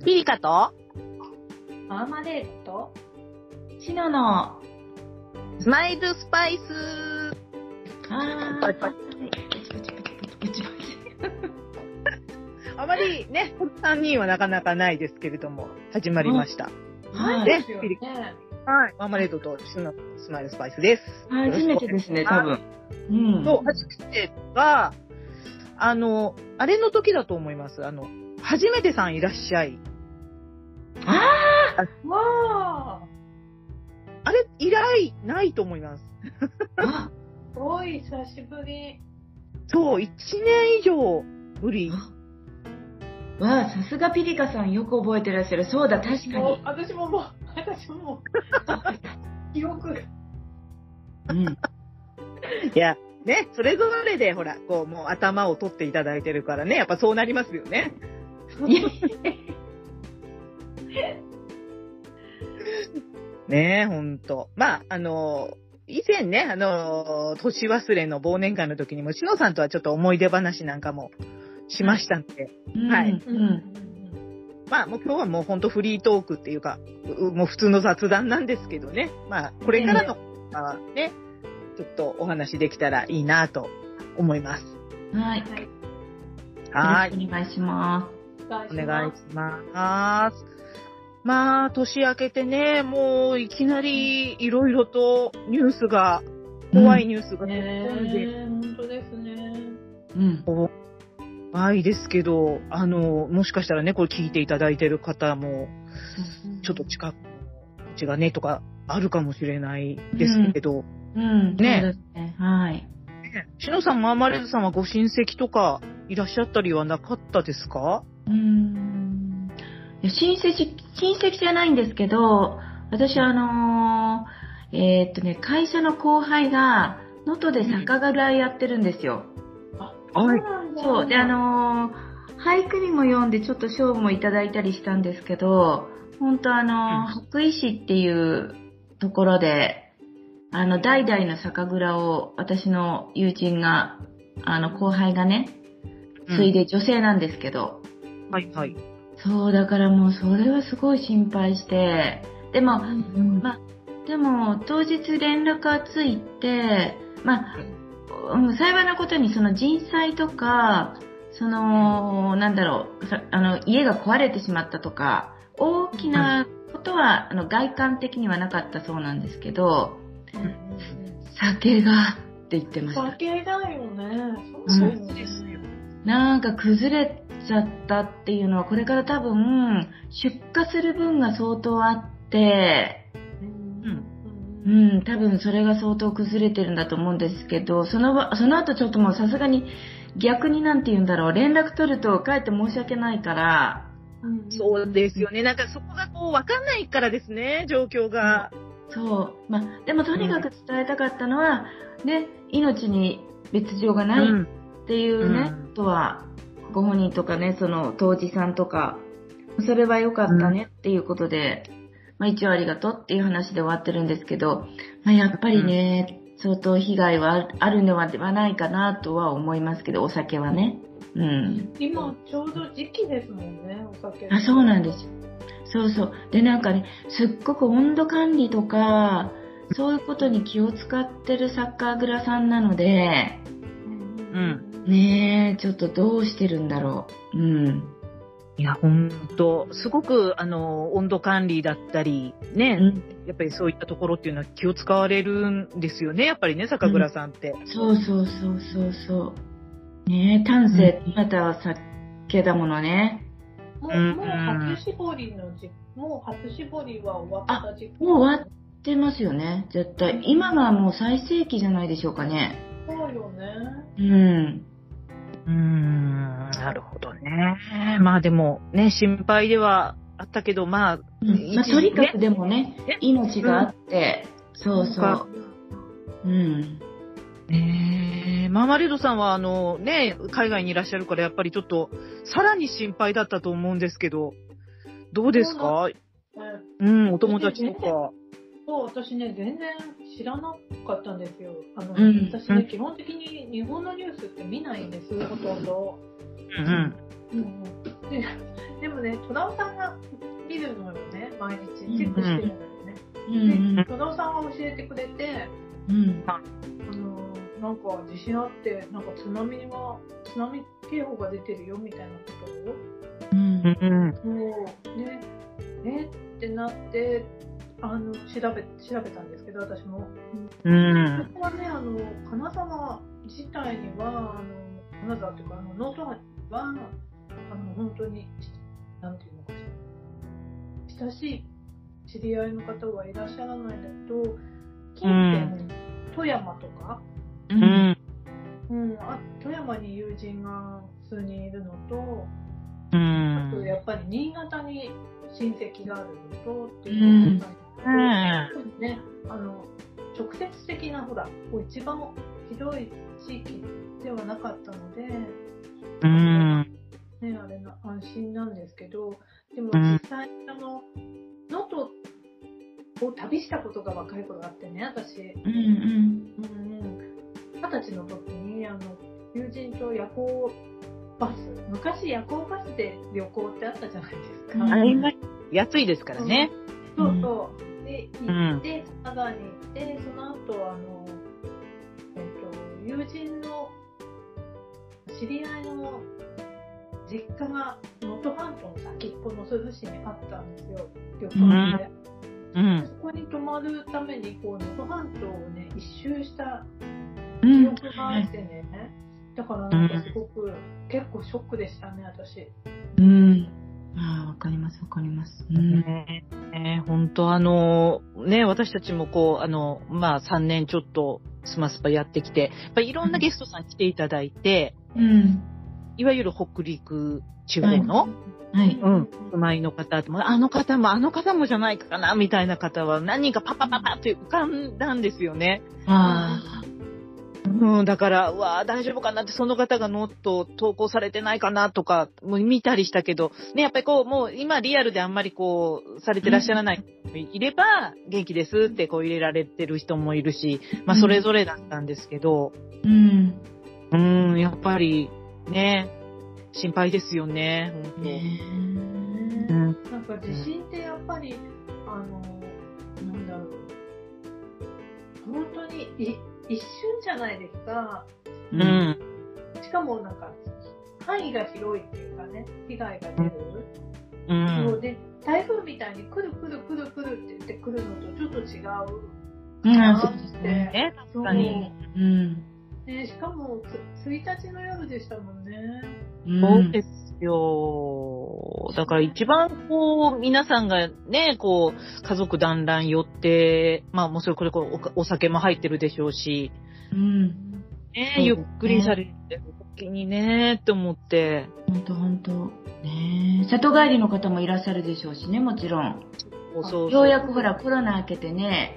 ピリカとマーマレードとシノのスマイルスパイス。あまりね、3人はなかなかないですけれども、始まりました。 はいですよね。 はい。マーマレードとシノのスマイルスパイスです。 初めてですね、多分。 そう、初めてが、あれの時だと思います。初めてさんいらっしゃい。 わあれ、以来ないと思います。 ー。すごい久しぶり。 そう、1年以上ぶり。 わあ、さすがピリカさんよく覚えてらっしゃる。そうだ、確かに。 私も記憶が。 いや、ね、それぞれで、ほら、こう、もう頭を取っていただいてるからね、やっぱそうなりますよね。ねえ、ほんと。まあ、以前ね、年忘れの忘年会の時にも、しのさんとはちょっと思い出話なんかもしましたんで、はい。まあ、もう今日はもうほんとフリートークっていうか、もう普通の雑談なんですけどね、まあ、これからの、ね、ちょっとお話できたらいいなと思います。 はい。 はい。 お願いします。 お願いします。まあ、年明けてね、もういきなりいろいろとニュースが、怖いニュースが飛んで、 本当ですね。 怖いですけど、もしかしたらね、これ聞いていただいてる方も、ちょっと近く、うちがね、とかあるかもしれないですけど、 ね。そうですね。はい。 しのさん、マーマレードさんはご親戚とかいらっしゃったりはなかったですか？ 親戚じゃないんですけど、私会社の後輩が能登で酒蔵やってるんですよ。 はい。 そう。で、俳句にも読んでちょっと賞もいただいたりしたんですけど、本当羽咋市っていうところで、代々の酒蔵を私の友人が、後輩がね、継いで女性なんですけど、 はいはい。 そう、だからもうそれはすごい心配して、でも、でも当日連絡がついて、幸いなことにその人災とか、家が壊れてしまったとか、大きなことは、外観的にはなかったそうなんですけど、酒がって言ってました。 酒だよね。 そうですよ。 なんか崩れちゃったっていうのは、これから多分、出荷する分が相当あって、多分それが相当崩れてるんだと思うんですけど、その後ちょっともうさすがに逆に連絡取るとかえって申し訳ないから。 そうですよね。なんかそこがこう分かんないからですね、状況が。 そう。でもとにかく伝えたかったのは、ね、命に別状がないっていうね、とは、ご本人とかね、その当時さんとか、それは良かったねっていうことで、一応ありがとうっていう話で終わってるんですけど、やっぱりね、相当被害はあるのではないかなとは思いますけど、お酒はね。 今ちょうど時期ですもんね、お酒。 そうなんですよ。そうそう。で、なんかね、すっごく温度管理とか、そういうことに気を使ってる酒蔵さんなので、ねえ、ちょっとどうしてるんだろう。 いや、ほんと、すごく、温度管理だったり、ね、やっぱりそういったところっていうのは気を使われるんですよね、やっぱりね、酒蔵さんって。 そう。ねえ、丹精込めた酒だものね。 もう初絞りは終わった時期。 もう終わってますよね、絶対。今がもう最盛期じゃないでしょうかね。 そうよね。 なるほどね。でもね、心配ではあったけど、とにかくでもね、命があって、そう。 マーマレードさんは海外にいらっしゃるからやっぱりちょっとさらに心配だったと思うんですけど、どうですか？お友達とか。 そう、私ね、全然知らなかったんですよ。私ね、基本的に日本のニュースって見ないんです、ほとんど。ででもね、戸田さんが見るのよね、毎日チェックしてるのよね。で、戸田さんが教えてくれて、なんか地震あって、なんか津波警報が出てるよみたいなことを、もうね、ってなって、調べたんですけど、私も。そこはね、金沢自体には、金沢というか、能登は、本当に、なんていうのかしら、親しい知り合いの方はいらっしゃらないんだけど、近辺、富山とか、富山に友人が数人いるのと、あとやっぱり新潟に親戚があるのとっていうことなんですけど、ね、直接的なほら、一番ひどい地域ではなかったので、ね、あれな安心なんですけど、でも実際能登を旅したことが若い頃あってね、私、20歳の時に友人と夜行バス、昔夜行バスで旅行ってあったじゃないですか。 安いですからね。 そうそう。で、行って、金沢に行って、その後友人の知り合いの実家が能登半島の先っぽの珠洲市にあったんですよ、旅館で。そこに泊まるために能登半島をね一周した記憶があってね、だからなんかすごく、結構ショックでしたね、私。 わかります。 本当私たちも3年ちょっとスマスパやってきて、やっぱりいろんなゲストさん来ていただいて、いわゆる北陸地方の、住まいの方も、あの方もじゃないかな、みたいな方は何人かパッと浮かんだんですよね。だから、大丈夫かなって、その方がノート投稿されてないかなとか、もう見たりしたけど、ね、やっぱりもう今リアルであんまりされてらっしゃらない人もいれば、元気ですって入れられてる人もいるし、それぞれだったんですけど、やっぱり、ね、心配ですよね、 なんか地震ってやっぱり、なんだろう、本当に一瞬じゃないですか。しかもなんか範囲が広いっていうかね、被害が出る。そうで、台風みたいに来るって言って来るのとちょっと違う。 そうですね。 確かに。 しかも1日の夜でしたもんね。 そうですよ。だから一番皆さんがね、家族団らん寄って、もちろんこれお酒も入ってるでしょうし、ゆっくりされてる時にね、って思って。 本当ね、里帰りの方もいらっしゃるでしょうしね、もちろん。ようやくほらコロナ明けてね、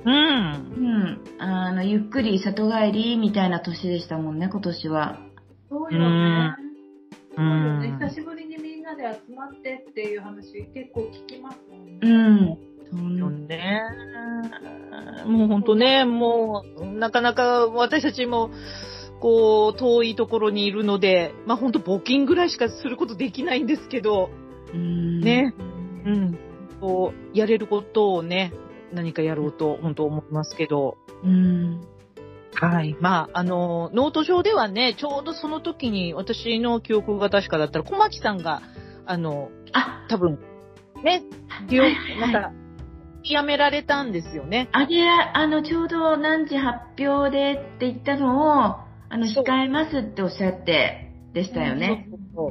ゆっくり里帰りみたいな年でしたもんね、今年は。 そうよね。久しぶりにみんなで集まってっていう話結構聞きますもんね。 もう本当ね、もうなかなか私たちも遠いところにいるので、本当募金ぐらいしかすることできないんですけど、ね、やれることをね、何かやろうと本当思いますけど。はい。ノート上ではね、ちょうどその時に私の記憶が確かだったら、小牧さんが、多分、ね、なんか、やめられたんですよね。 ちょうど何時発表でって言ったのを、控えますっておっしゃってでしたよね。 そう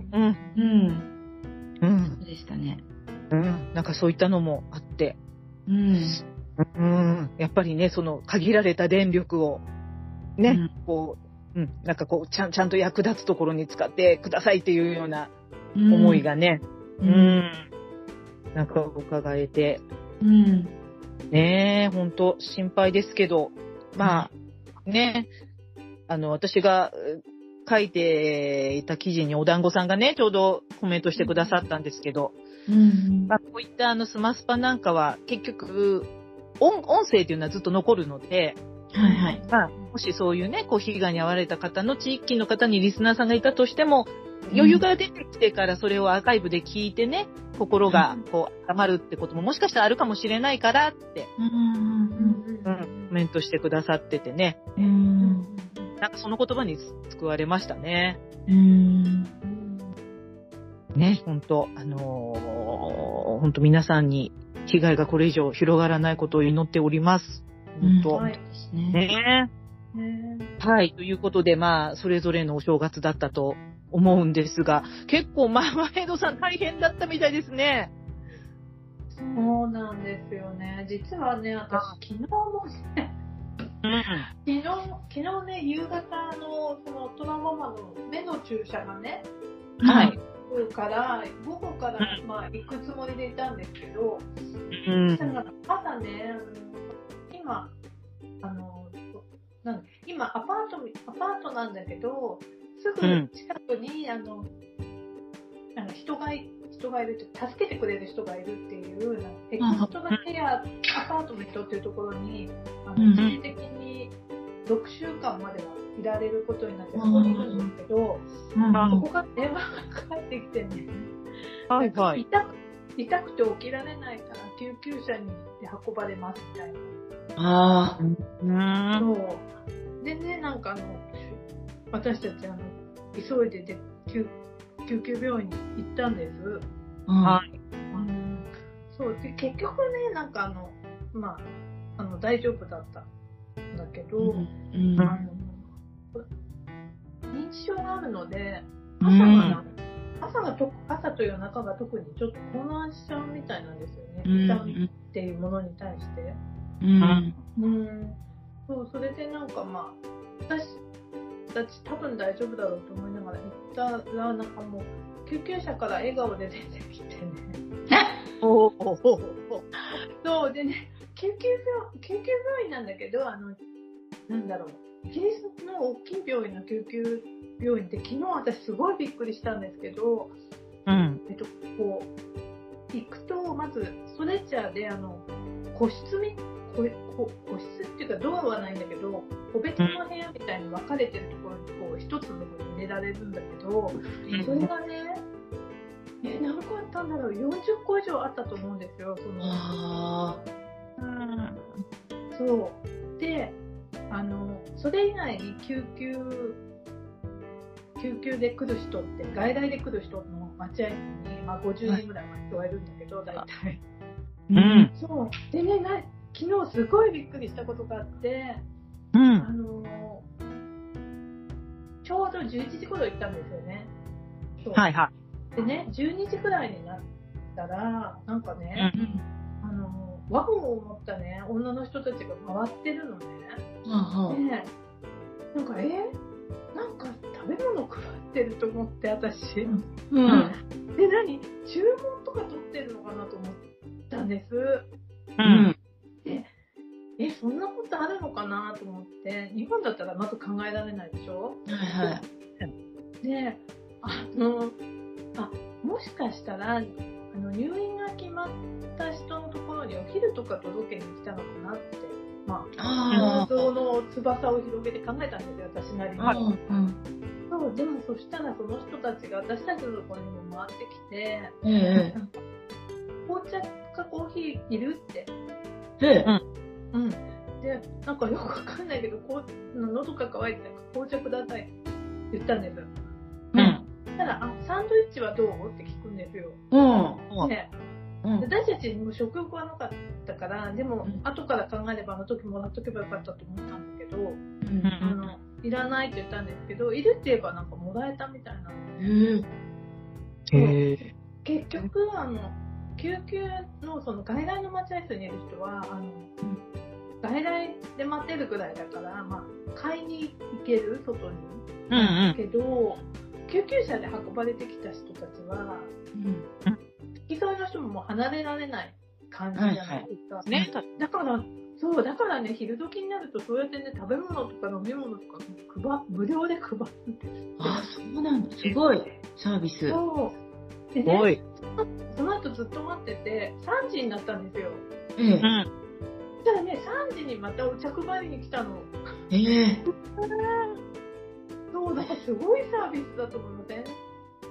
でしたね。 なんかそういったのもあって。やっぱりね、その限られた電力を、ね、なんかちゃんと役立つところに使ってくださいっていうような思いがね、なんか伺えて、ねえ、本当心配ですけど、ね、私が書いていた記事にお団子さんがね、ちょうどコメントしてくださったんですけど、こういったスマスパなんかは結局、音声っていうのはずっと残るので、もしそういうね、被害に遭われた方の地域の方にリスナーさんがいたとしても、 余裕が出てきてからそれをアーカイブで聞いてね、心がこう温まるってことももしかしたらあるかもしれないからって、コメントしてくださっててね。なんかその言葉に救われましたね。ね、本当本当皆さんに被害がこれ以上広がらないことを祈っております。本当。はい。ね。はい。ということで、まあ、それぞれのお正月だったと思うんですが、結構、まあ、エドさん大変だったみたいですね。 そうなんですよね。実はね、私、昨日もね、昨日ね、夕方の、その、大人ママの目の注射がね、 はい。 午後から、まあ、行くつもりでいたんですけど、朝ね、今アパートなんだけど、すぐ近くに、人がいるって、助けてくれる人がいるっていう、エクストラケアアパートメントっていうところに、一時的に6週間まではいられることになって、そこにいるんですけど、そこが電話がかかってきてね、 はいはい、 痛くて起きられないから救急車に運ばれますみたいな。 そうでね、なんか私たち急いで救急病院に行ったんです。 はい。 そうで結局ね、なんかまあ大丈夫だったんだけど、認知症があるので朝と夜中が特にちょっと混乱しちゃうみたいなんですよね。痛みっていうものに対して。そうそれでなんかまあ私たち多分大丈夫だろうと思いながら行ったら、なんかもう救急車から笑顔で出てきてね。そうでね、救急病院なんだけど、なんだろう、イギリスの大きい病院の救急病院って昨日私すごいびっくりしたんですけど、こう行くとまずストレッチャーで個室っていうかドアはないんだけど、個別の部屋みたいに分かれてるところにこう一つのところに寝られるんだけど、それがね、何個あったんだろう、40個以上あったと思うんですよ。そうで、それ以外に救急で来る人って、外来で来る人の待合室に、まあ、50人ぐらい人がいるんだけど、大体。そうでね、昨日すごいびっくりしたことがあって、ちょうど11時頃行ったんですよね。 はいはい。 でね、12時くらいになったら、なんかね、ワゴンを持ったね、女の人たちが回ってるのね。で、なんかなんか食べ物配ってると思って、私。で、注文とか取ってるのかなと思ったんです。で、そんなことあるのかなと思って、日本だったらまず考えられないでしょ。で、もしかしたら入院が決まった人のところにお昼とか届けに来たのかなって、想像の翼を広げて考えたんですよ、私なりに。そうでもそしたらその人たちが私たちのところにも回ってきて、紅茶かコーヒーいるって。で、なんかよくわかんないけど、喉が渇いて紅茶くださいって言ったんですよ。ただ、サンドイッチはどうって聞くんですよ。私たちにも食欲はなかったから、でも、後から考えればあの時もらっとけばよかったと思ったんだけど、いらないって言ったんですけど、いるって言えばなんかもらえたみたいなので、結局救急のその外来の待合室にいる人は外来で待てるぐらいだから、まあ、買いに行ける外に、けど救急車で運ばれてきた人たちは、付き添いの人ももう離れられない感じじゃないですか。だからね、昼時になるとそうやってね、食べ物とか飲み物とか無料で配るんです。 そうなんだ。すごいサービス。 そうでね、その後ずっと待ってて3時になったんですよ。そしたらね、3時にまたお茶配りに来たの。そう、だからすごいサービスだと思いません？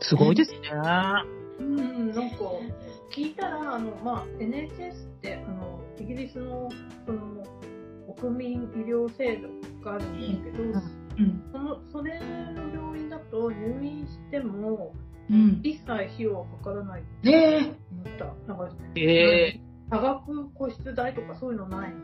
すごいですね。 なんか、聞いたら、NHS って、イギリスの、国民医療制度があるんですけど、それの病院だと入院しても、一切費用はかからないって思った。なんか、多額個室代とかそういうのないの。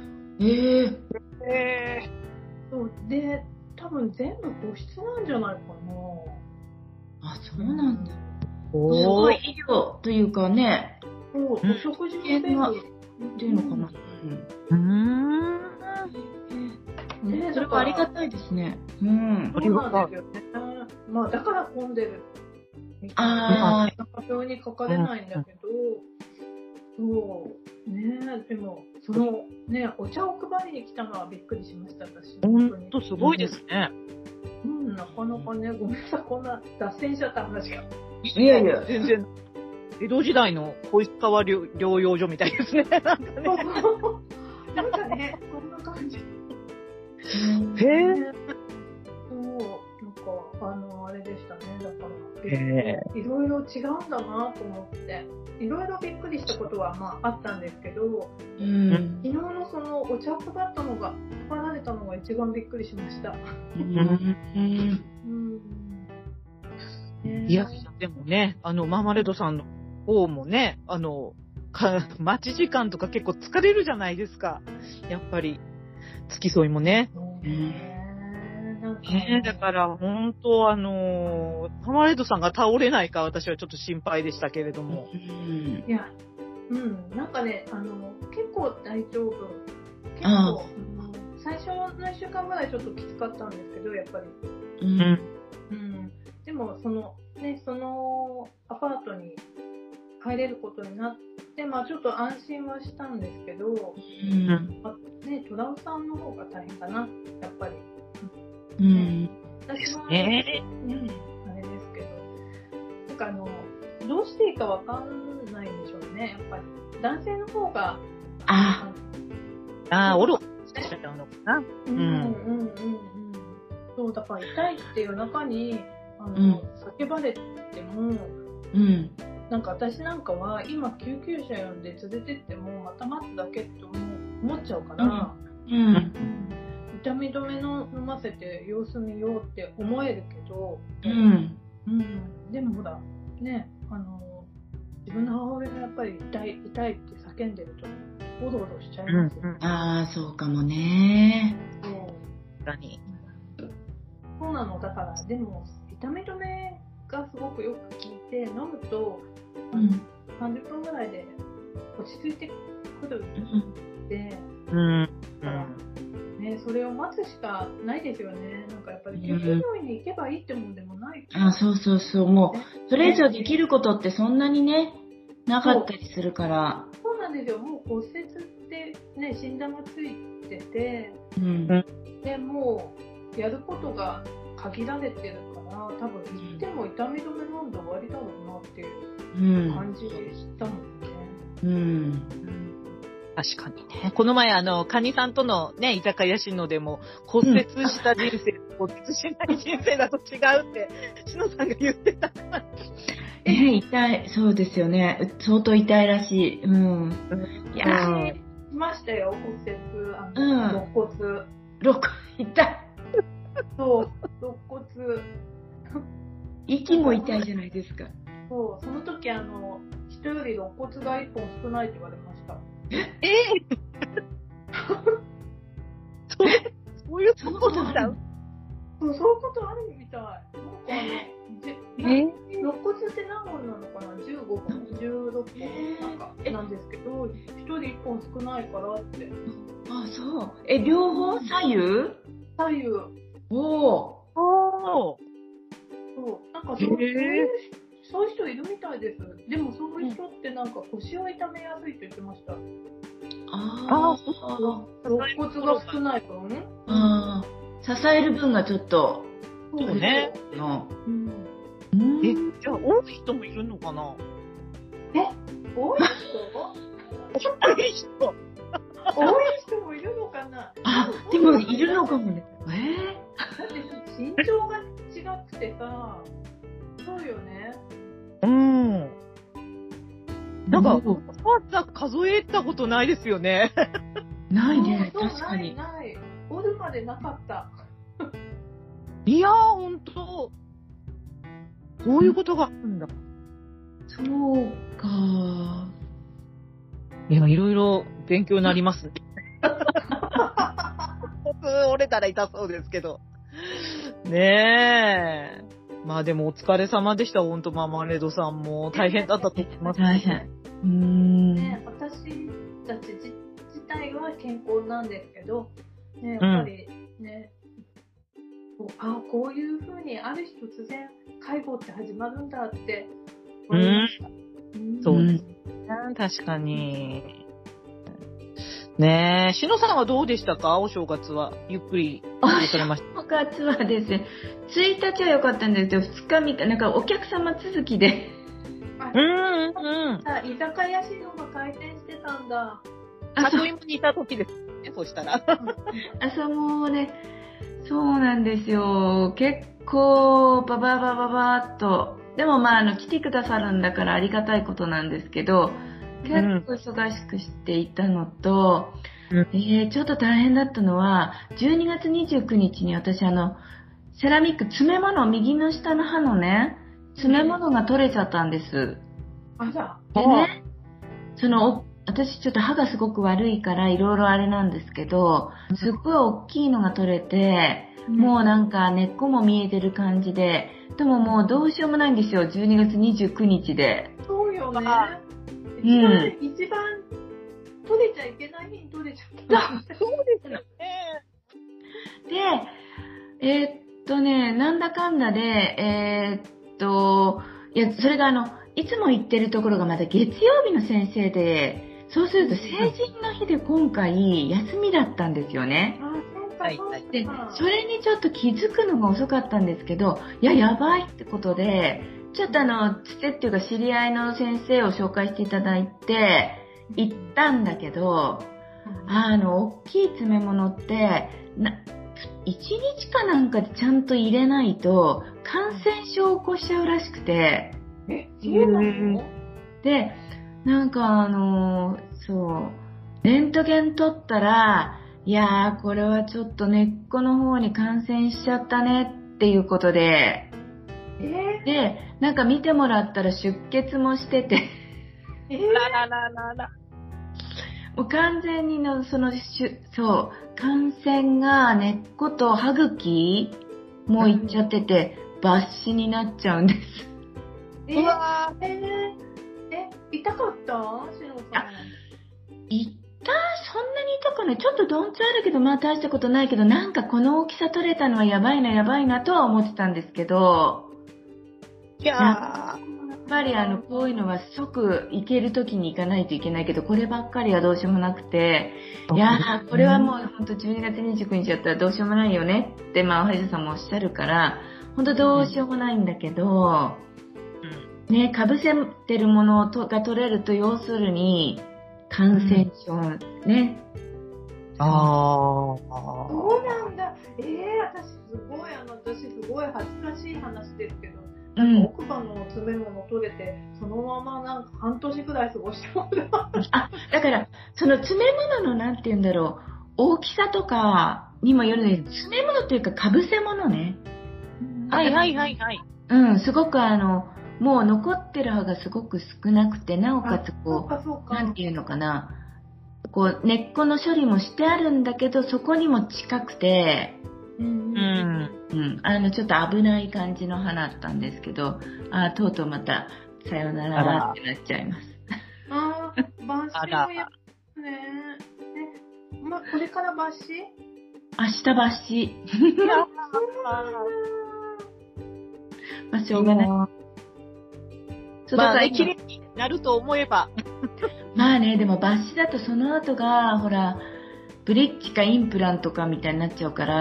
そうで、多分全部個室なんじゃないかな。 あ、そうなんだ。すごい医療というかね。 お食事系がっていうのかな。それはありがたいですね。 そうなんですよね。だから混んでる。病にかかれないんだけど、そうね、でもお茶を配りに来たのはびっくりしました。私本当すごいですね。 なかなかね、ごめんなさい、こんな脱線しちゃった話が。 いやいや、 全然。江戸時代の小石川療養所みたいですね。なんかね、 そんな感じ。あれでしたね。だから、いろいろ違うんだなと思って、いろいろびっくりしたことはあったんですけど、昨日のそのお茶を配られたのが一番びっくりしました。 いや、でもね、マーマレードさんの方もね、待ち時間とか結構疲れるじゃないですか。やっぱり、付き添いもね。だから本当マーマレードさんが倒れないか私はちょっと心配でしたけれども。 いや、なんかね、結構大丈夫。結構、最初の1週間ぐらいちょっときつかったんですけど、やっぱり。でも、そのアパートに入れることになって、ちょっと安心はしたんですけど、トラウさんの方が大変かな、やっぱり。私は、あれですけど、なんかどうしていいかわかんないんでしょうね、やっぱり。男性の方が、 おろしちゃうのかな。 そう、だから痛いって夜中に、叫ばれても、なんか私なんかは今救急車呼んで連れてってもまた待つだけって思っちゃうから、痛み止めの飲ませて様子見ようって思えるけど、でもほらね、自分の母親がやっぱり痛いって叫んでるとおどおどしちゃいますよ。 そうかもね。 そうなの。だからでも痛み止めがすごくよく効いて、飲むと30分ぐらいで落ち着いてくるんで、それを待つしかないですよね。なんかやっぱり救急病院に行けばいいってもんでもない。 そう。もうそれ以上できることってそんなにね、なかったりするから。 そうなんですよ。もう骨折ってね、診断がついてて、でもうやることが限られてるから、多分行っても痛み止め飲んで終わりだろうなっていう感じでしたもんね。 確かにね。この前カニさんとのね、居酒屋しのでも骨折した人生、骨折しない人生だと違うってしのさんが言ってたから。 痛い。そうですよね。相当痛いらしい。 いや、しましたよ、骨折、肋骨。 痛い。 そう、肋骨。 息も痛いじゃないですか。 そう、その時人より肋骨が1本少ないって言われました。 そういうことだ。 そういうことあるみたい。肋骨って何本なのかな、15本、16本なんですけど、1人1本少ないからって。 そう。両方左右？ 左右。 そう。 なんかそういう人いるみたいです。でもそういう人ってなんか腰を痛めやすいって言ってました。肋骨が少ない分？ 支える分がちょっと。 そうね。じゃあ多い人もいるのかな？ 多い人もいるのかな？ でもいるのかもね。 だって身長が違くてさ、 そうよね。 うん。なんか、数えたことないですよね。 ないね、確かに。 ない。おるまでなかった。 いやー、ほんと。こういうことがあるんだ。 そうか。 いや、いろいろ勉強になりますね。僕、折れたら痛そうですけど。ねえ。まあでもお疲れ様でした、ほんと、ママレードさんも。大変だったと思います。 大変。 ね、私たち自体は健康なんですけど、ね、やっぱりね、こういうふうにある日突然介護って始まるんだって思いました。 そうですね。確かに。ねえ、しのさんはどうでしたか？お正月は。ゆっくり過ごされました。 お正月はですね、1日は良かったんですけど、2日3日、なんかお客様続きで。 居酒屋シノが開店してたんだ。 里芋にいた時ですね、そしたら。 もうね、そうなんですよ。結構、ババーっと。でも来てくださるんだからありがたいことなんですけど、結構忙しくしていたのと、ちょっと大変だったのは、12月29日に私セラミック詰め物、右の下の歯のね、詰め物が取れちゃったんです。でね、私ちょっと歯がすごく悪いからいろいろあれなんですけど、すっごい大きいのが取れて、もうなんか根っこも見えてる感じで、でももうどうしようもないんですよ、12月29日で。 そうよね。一番取れちゃいけない日に取れちゃった。 そうですね。 で、なんだかんだで、いや、それがいつも行ってるところがまた月曜日の先生で、そうすると成人の日で今回休みだったんですよね。で、それにちょっと気づくのが遅かったんですけど、やばいってことで、ちょっとつてっていうか知り合いの先生を紹介していただいて、行ったんだけど、大きい詰め物って、1日かなんかでちゃんと入れないと、感染症を起こしちゃうらしくて。 そうなの？ で、なんかレントゲン取ったら、いやー、これはちょっと根っこの方に感染しちゃったねっていうことで、で、なんか見てもらったら出血もしてて、もう完全に感染が根っこと歯茎もいっちゃってて、抜歯になっちゃうんです。 痛かった？しのさん。 そんなに痛くない。ちょっとどんつあるけど、大したことないけど、なんかこの大きさ取れたのはやばいなとは思ってたんですけど、やっぱりこういうのは即行ける時に行かないといけないけど、こればっかりはどうしようもなくて、これはもう本当12月29日だったらどうしようもないよねって、お歯医者さんもおっしゃるから、本当どうしようもないんだけど、ね、かぶせてるものが取れると、要するに、感染症ね。 そうなんだ。私すごい恥ずかしい話ですけど、奥歯の詰め物取れて、そのままなんか半年くらい過ごしたもんだ。 だから、その詰め物のなんて言うんだろう、大きさとかにもよるんですけど、詰め物というかかぶせ物ね。すごくもう残ってる歯がすごく少なくて、なおかつなんていうのかな、根っこの処理もしてあるんだけど、そこにも近くて、ちょっと危ない感じの歯だったんですけど、とうとうまたさよならってなっちゃいます。 抜歯もやるね。これから抜歯？ 明日抜歯。しょうがない。 綺麗になると思えば。 でも抜歯だとその後が、ほら、ブリッジかインプラントかみたいになっちゃうから、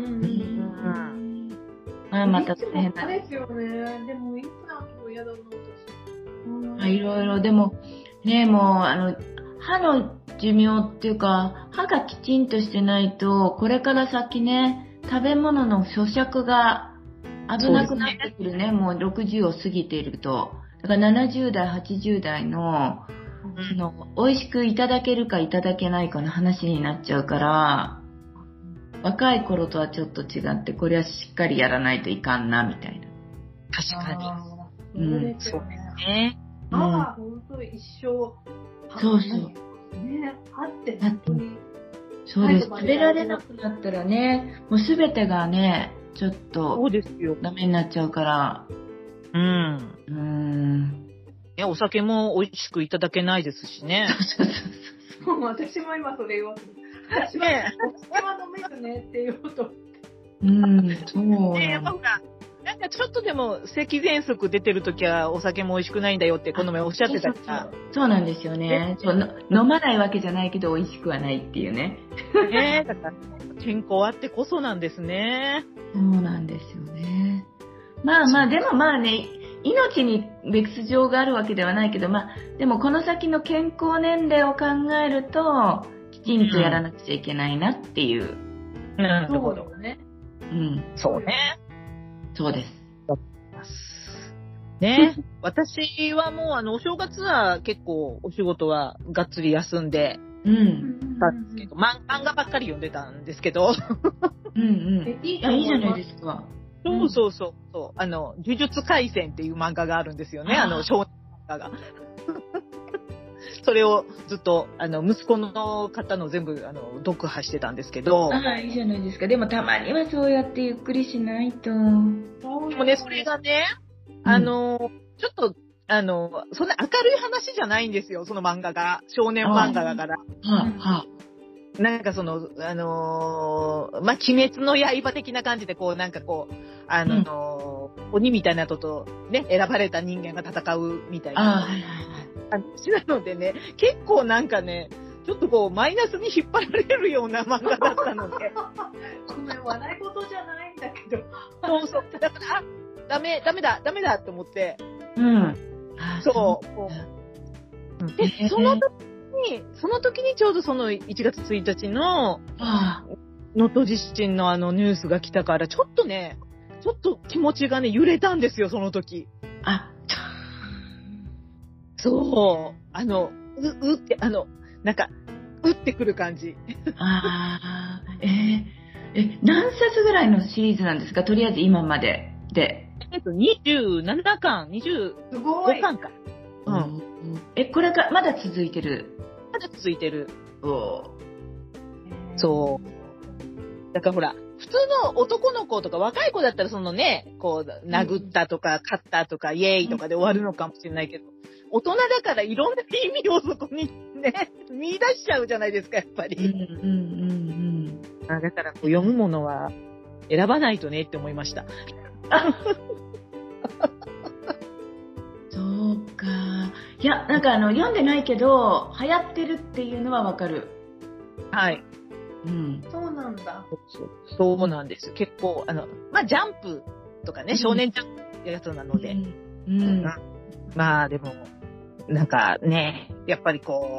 また大変だ。 ですよね。でもインプラントも嫌だな、私。 いろいろ、でも、もう、歯の寿命っていうか、歯がきちんとしてないと、これから先ね、食べ物の咀嚼が、 危なくなってくるね。もう60を過ぎていると。だから70代、80代の、美味しくいただけるかいただけないかの話になっちゃうから、若い頃とはちょっと違って、これはしっかりやらないといかんな、みたいな。 確かに。 そうですよね。歯は本当一生。 そうそう。 ね、歯って本当に。 そうです。食べられなくなったらね、もうすべてがね、ちょっと、 そうですよ。 ダメになっちゃうから。 ね、お酒も美味しくいただけないですしね。 そう、私も今それ言おうと思って。私は飲めるねって言おうと思って。 そう。 やっぱほら、なんかちょっとでも咳喘息出てるときはお酒も美味しくないんだよってこの前おっしゃってたから。 そうなんですよね。飲まないわけじゃないけど美味しくはないっていうね。 だから健康あってこそなんですね。 そうなんですよね。まあでもね、命に別状があるわけではないけど、でもこの先の健康年齢を考えると、きちんとやらなくちゃいけないなっていう。 なるほどね。そうね。 そうです。 ね。私はもうお正月は結構お仕事はがっつり休んでたんですけど、漫画ばっかり読んでたんですけど。 いいじゃないですか。 そう。呪術廻戦っていう漫画があるんですよね。少年漫画が。それをずっと、息子の方の全部、読破してたんですけど。 いいじゃないですか。でもたまにはそうやってゆっくりしないと。でもね、それがね、ちょっと、そんな明るい話じゃないんですよ、その漫画が。少年漫画だから。なんか鬼滅の刃的な感じで、鬼みたいなのとね、選ばれた人間が戦うみたいな感じなのでね、結構なんかね、ちょっとマイナスに引っ張られるような漫画だったので。 ごめん、笑い事じゃないんだけど。 そう。だから、ダメだって思って。そう。で、その時にちょうどその1月1日の、能登地震のニュースが来たから、ちょっと気持ちがね、揺れたんですよ、その時。そう。打ってくる感じ。 何冊ぐらいのシリーズなんですか？とりあえず今までで。 27巻、25巻か。 これがまだ続いてる？ まだ続いてる。そう。だからほら、普通の男の子とか若い子だったら殴ったとか、勝ったとか、イエーイとかで終わるのかもしれないけど、大人だからいろんな意味をそこにね、見出しちゃうじゃないですか、やっぱり。だから読むものは選ばないとねって思いました。 そうか。いや、なんか読んでないけど、流行ってるっていうのはわかる。 はい。 そうなんだ。 そうなんですよ。結構、ジャンプとかね、少年ジャンプってやつなので。でも、なんかね、やっぱり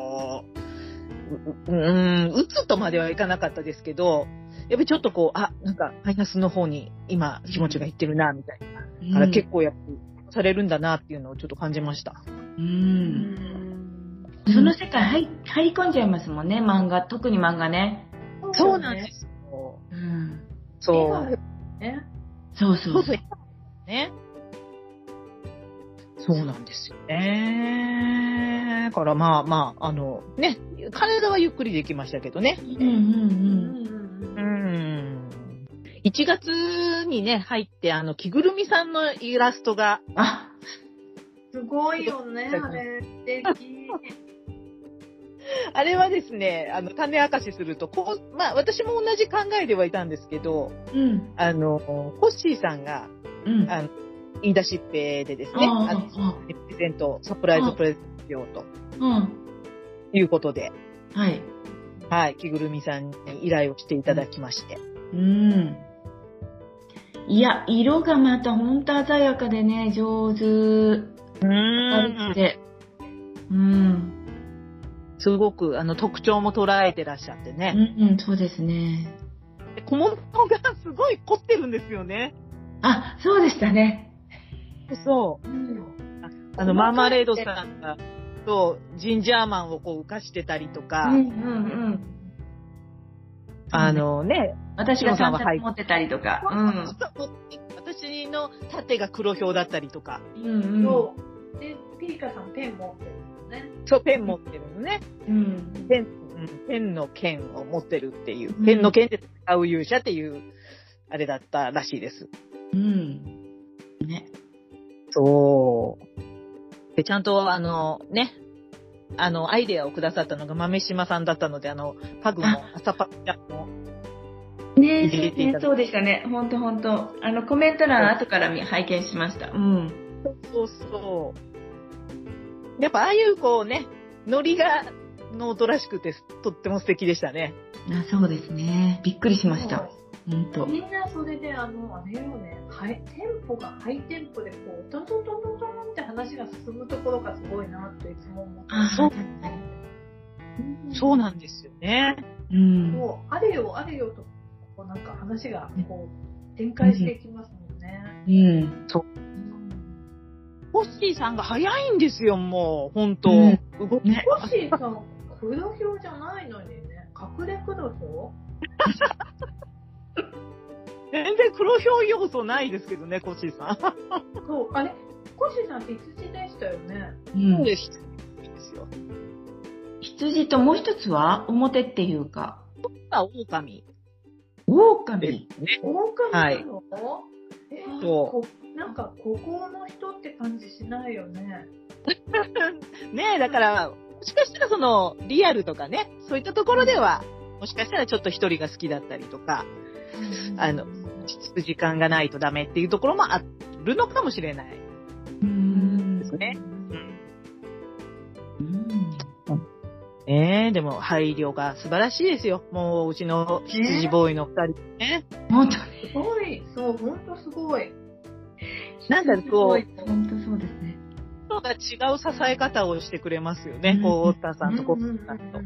打つとまではいかなかったですけど、やっぱりちょっとなんかマイナスの方に今気持ちがいってるな、みたいな。から結構やっぱりされるんだなっていうのをちょっと感じました。 その世界入り込んじゃいますもんね、漫画。特に漫画ね。 そうなんですよ。そう。そうね。そうなんですよね。だからね、体はゆっくりできましたけどね。1月にね、入って、着ぐるみさんのイラストが。 すごいよね、あれ。素敵。 あれはですね、種明かしすると、私も同じ考えではいたんですけど、コッシーさんが、言い出しっぺでですね、プレゼント、サプライズプレゼントしようと、いうことで、はい、着ぐるみさんに依頼をしていただきまして。 いや、色がまたほんと鮮やかでね、上手。明るくて。 すごく特徴も捉えてらっしゃってね。 そうですね。 小物がすごい凝ってるんですよね。 あ、そうでしたね。 そう。マーマレードさんが、そう、ジンジャーマンをこう浮かしてたりとか、 私が三着持ってたりとか、 私の盾が黒豹だったりとか、 そう。で、ピリカさんペン持ってるのね。 そう、ペン持ってるのね。ペンの剣を持ってるっていう、ペンの剣で使う勇者っていう、あれだったらしいです。 ね。 そう。で、ちゃんとアイデアをくださったのが豆島さんだったので、パグの朝パグちゃんの。 ねえ、そうでしたね。ほんと。コメント欄後から拝見しました。 そう。やっぱああいうノリがノートらしくて、とっても素敵でしたね。 そうですね。びっくりしました。 みんなそれであれよね、テンポがハイテンポでこうトントントントントンって話が進むところがすごいなっていつも思って。 そうなんですよね。 もうあれよとこうなんか話がこう展開していきますもんね。 そう。ホッシーさんが早いんですよ、もう本当。 ホッシーさん黒豹じゃないのにね、隠れ黒豹？ 全然黒豹要素ないですけどね、コッシーさん。 そう、あれ、コッシーさんって羊でしたよね。 そうです。よ。 羊ともう一つは表っていうか。 狼。 狼ね。 狼なの？ そう。 なんか孤高の人って感じしないよね。 ねえ、だから、もしかしたらリアルとかね、そういったところでは、もしかしたらちょっと一人が好きだったりとか、落ち着く時間がないとダメっていうところもあるのかもしれない。ですね。でも配慮が素晴らしいですよ。もううちの羊ボーイの二人ね。 本当にすごい、そう本当すごい。 なんかこう、 本当そうですね。 人が違う支え方をしてくれますよね。こう、オッターさんとコッタさんと。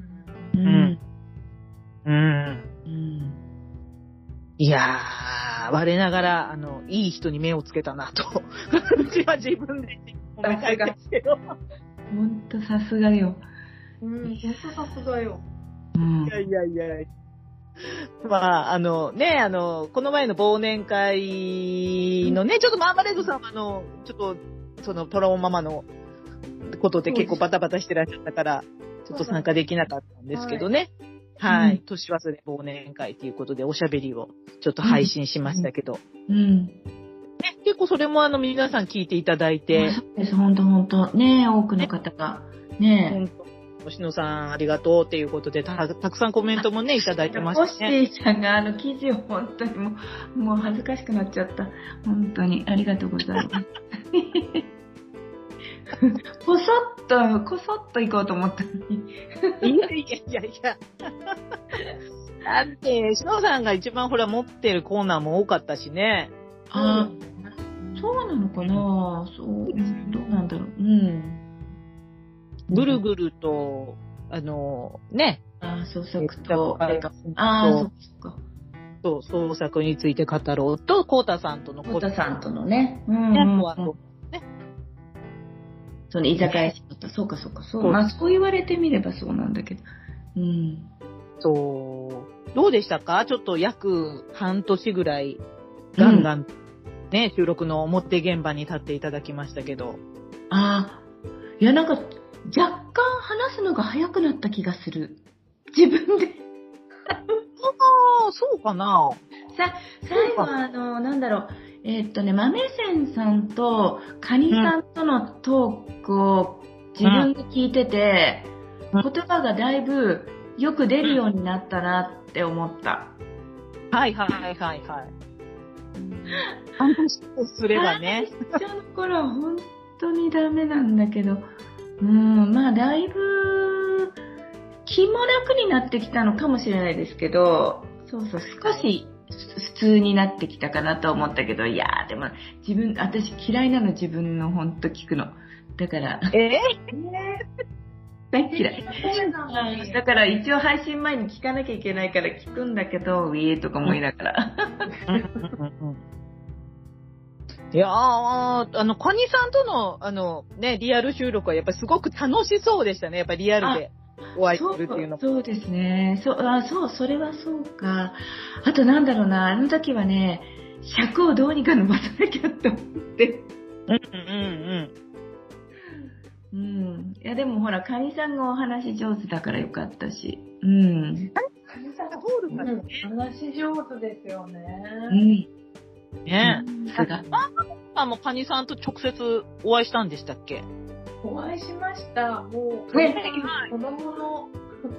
いやー、我ながら、いい人に目をつけたなと。私は自分で褒めたいですけど。 ほんとさすがよ。 ほんとさすがよ。 いや。まあ、この前の忘年会のね、ちょっとマーマレードさんはちょっと、トラオママのことで結構バタバタしてらっしゃったから、ちょっと参加できなかったんですけどね。はい。年忘れ忘年会ということでおしゃべりをちょっと配信しましたけど。ね、結構それも皆さん聞いていただいて。 そうです、ほんと。ね、多くの方が。ね。 星野さんありがとうっていうことでたくさんコメントもね、いただいてましたね。 星さんが記事を本当にもう恥ずかしくなっちゃった。本当にありがとうございます。こそっと行こうと思ったのに。 いや。だって、しのさんが一番ほら持ってるコーナーも多かったしね。 そうなのかな、そう、どうなんだろう。 ぐるぐると、ね。 創作と、そうか。 そう、創作について語ろうと、コータさんとのね。その居酒屋仕事、そうか。まあそう言われてみればそうなんだけど。 そう。どうでしたか？ちょっと約半年ぐらい、ガンガン、ね、収録の表現場に立っていただきましたけど。 いやなんか、若干話すのが早くなった気がする。自分で。 そうかな。 最後なんだろう。豆仙さんとカニさんとのトークを自分で聞いてて、言葉がだいぶよく出るようになったなって思った。 はい。話をすればね。 最初の頃は本当にダメなんだけど、まあだいぶ気も楽になってきたのかもしれないですけど、少し普通になってきたかなと思ったけど、いやーでも私嫌いなの、自分の本当聞くの。だから。大嫌い。だから一応配信前に聞かなきゃいけないから聞くんだけど、とか思いながら。 いやー、カニさんとの、ね、リアル収録はやっぱりすごく楽しそうでしたね。やっぱりリアルでお会いするっていうのも。 そうですね。それはそうか。あとなんだろうな、あの時はね、尺をどうにか伸ばさなきゃって思って。うん。いや、でもほら、カニさんがお話上手だからよかったし。うん。 カニさんがホールからね、話上手ですよね。 うん。 ねえ。もうカニさんと直接お会いしたんでしたっけ？ お会いしました。もう、子供の、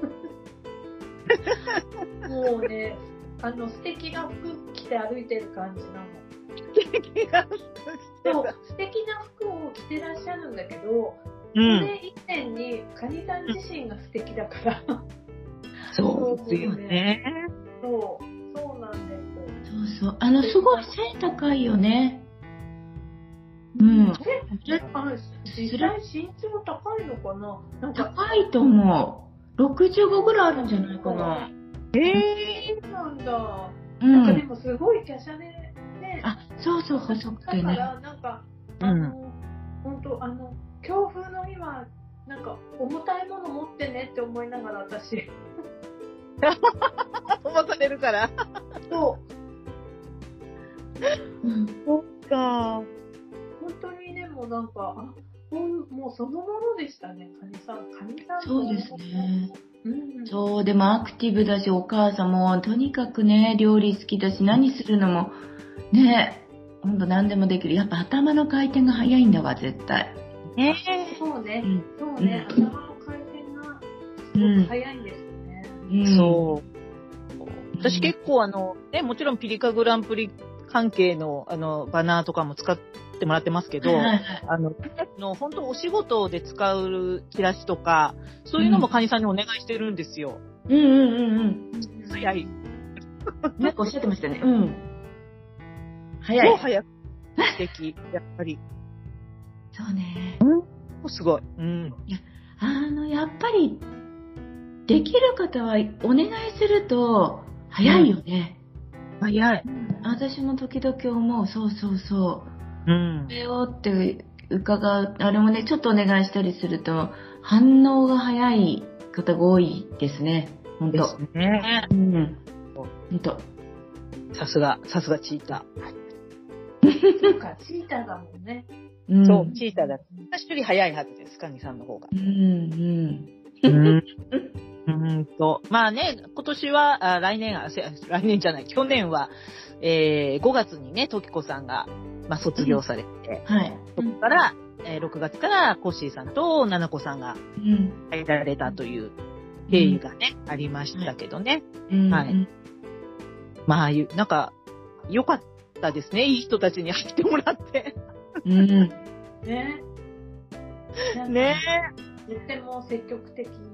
もうね、素敵な服着て歩いてる感じなの。 素敵な服そう、素敵な服を着てらっしゃるんだけど、それ以前にカニさん自身が素敵だから。 そうですよね。 そうなんです。 そう。すごい背高いよね。うん。 実際身長高いのかな？なんか高いと思う。65ぐらいあるんじゃないかな。 そうなんだ。なんかでもすごい華奢でね。 そう、細くてね。 だからなんか本当強風の日はなんか重たいもの持ってねって思いながら私。 飛ばされるから。 そう。 そっか。 本当にね、もうなんか、もうそのものでしたね、カニさん。 そうですね。そう、でもアクティブだし、お母さんもとにかくね、料理好きだし、何するのも、ね、ほんと何でもできる。やっぱ頭の回転が早いんだわ、絶対。 そうね、頭の回転がすごく早いんですよね。 そう。私結構ね、もちろんピリカグランプリ関係のバナーとかも使ってもらってますけど、本当お仕事で使うチラシとか、そういうのもカニさんにお願いしてるんですよ。早い。 なんかおっしゃってましたね。 早い。早く。素敵。やっぱり。 そうね。 すごい。 やっぱり、できる方はお願いすると、早いよね。 早い。 私も時々思う。そう。それをって伺う。あれもね、ちょっとお願いしたりすると、反応が早い方が多いですね。本当。 ですね。 本当。 さすがチーター。そうか、チーターだもんね。 そう、チーターだ。私より早いはずです、カニさんの方が。まあね、今年は、来年じゃない、去年は、5月にね、トキコさんが、卒業されて、そこから、6月からコッシーさんとナナコさんが入られたという経緯がね、ありましたけどね。はい。まあ、なんか、良かったですね。いい人たちに入ってもらって。 ね。 ね。 とっても積極的に。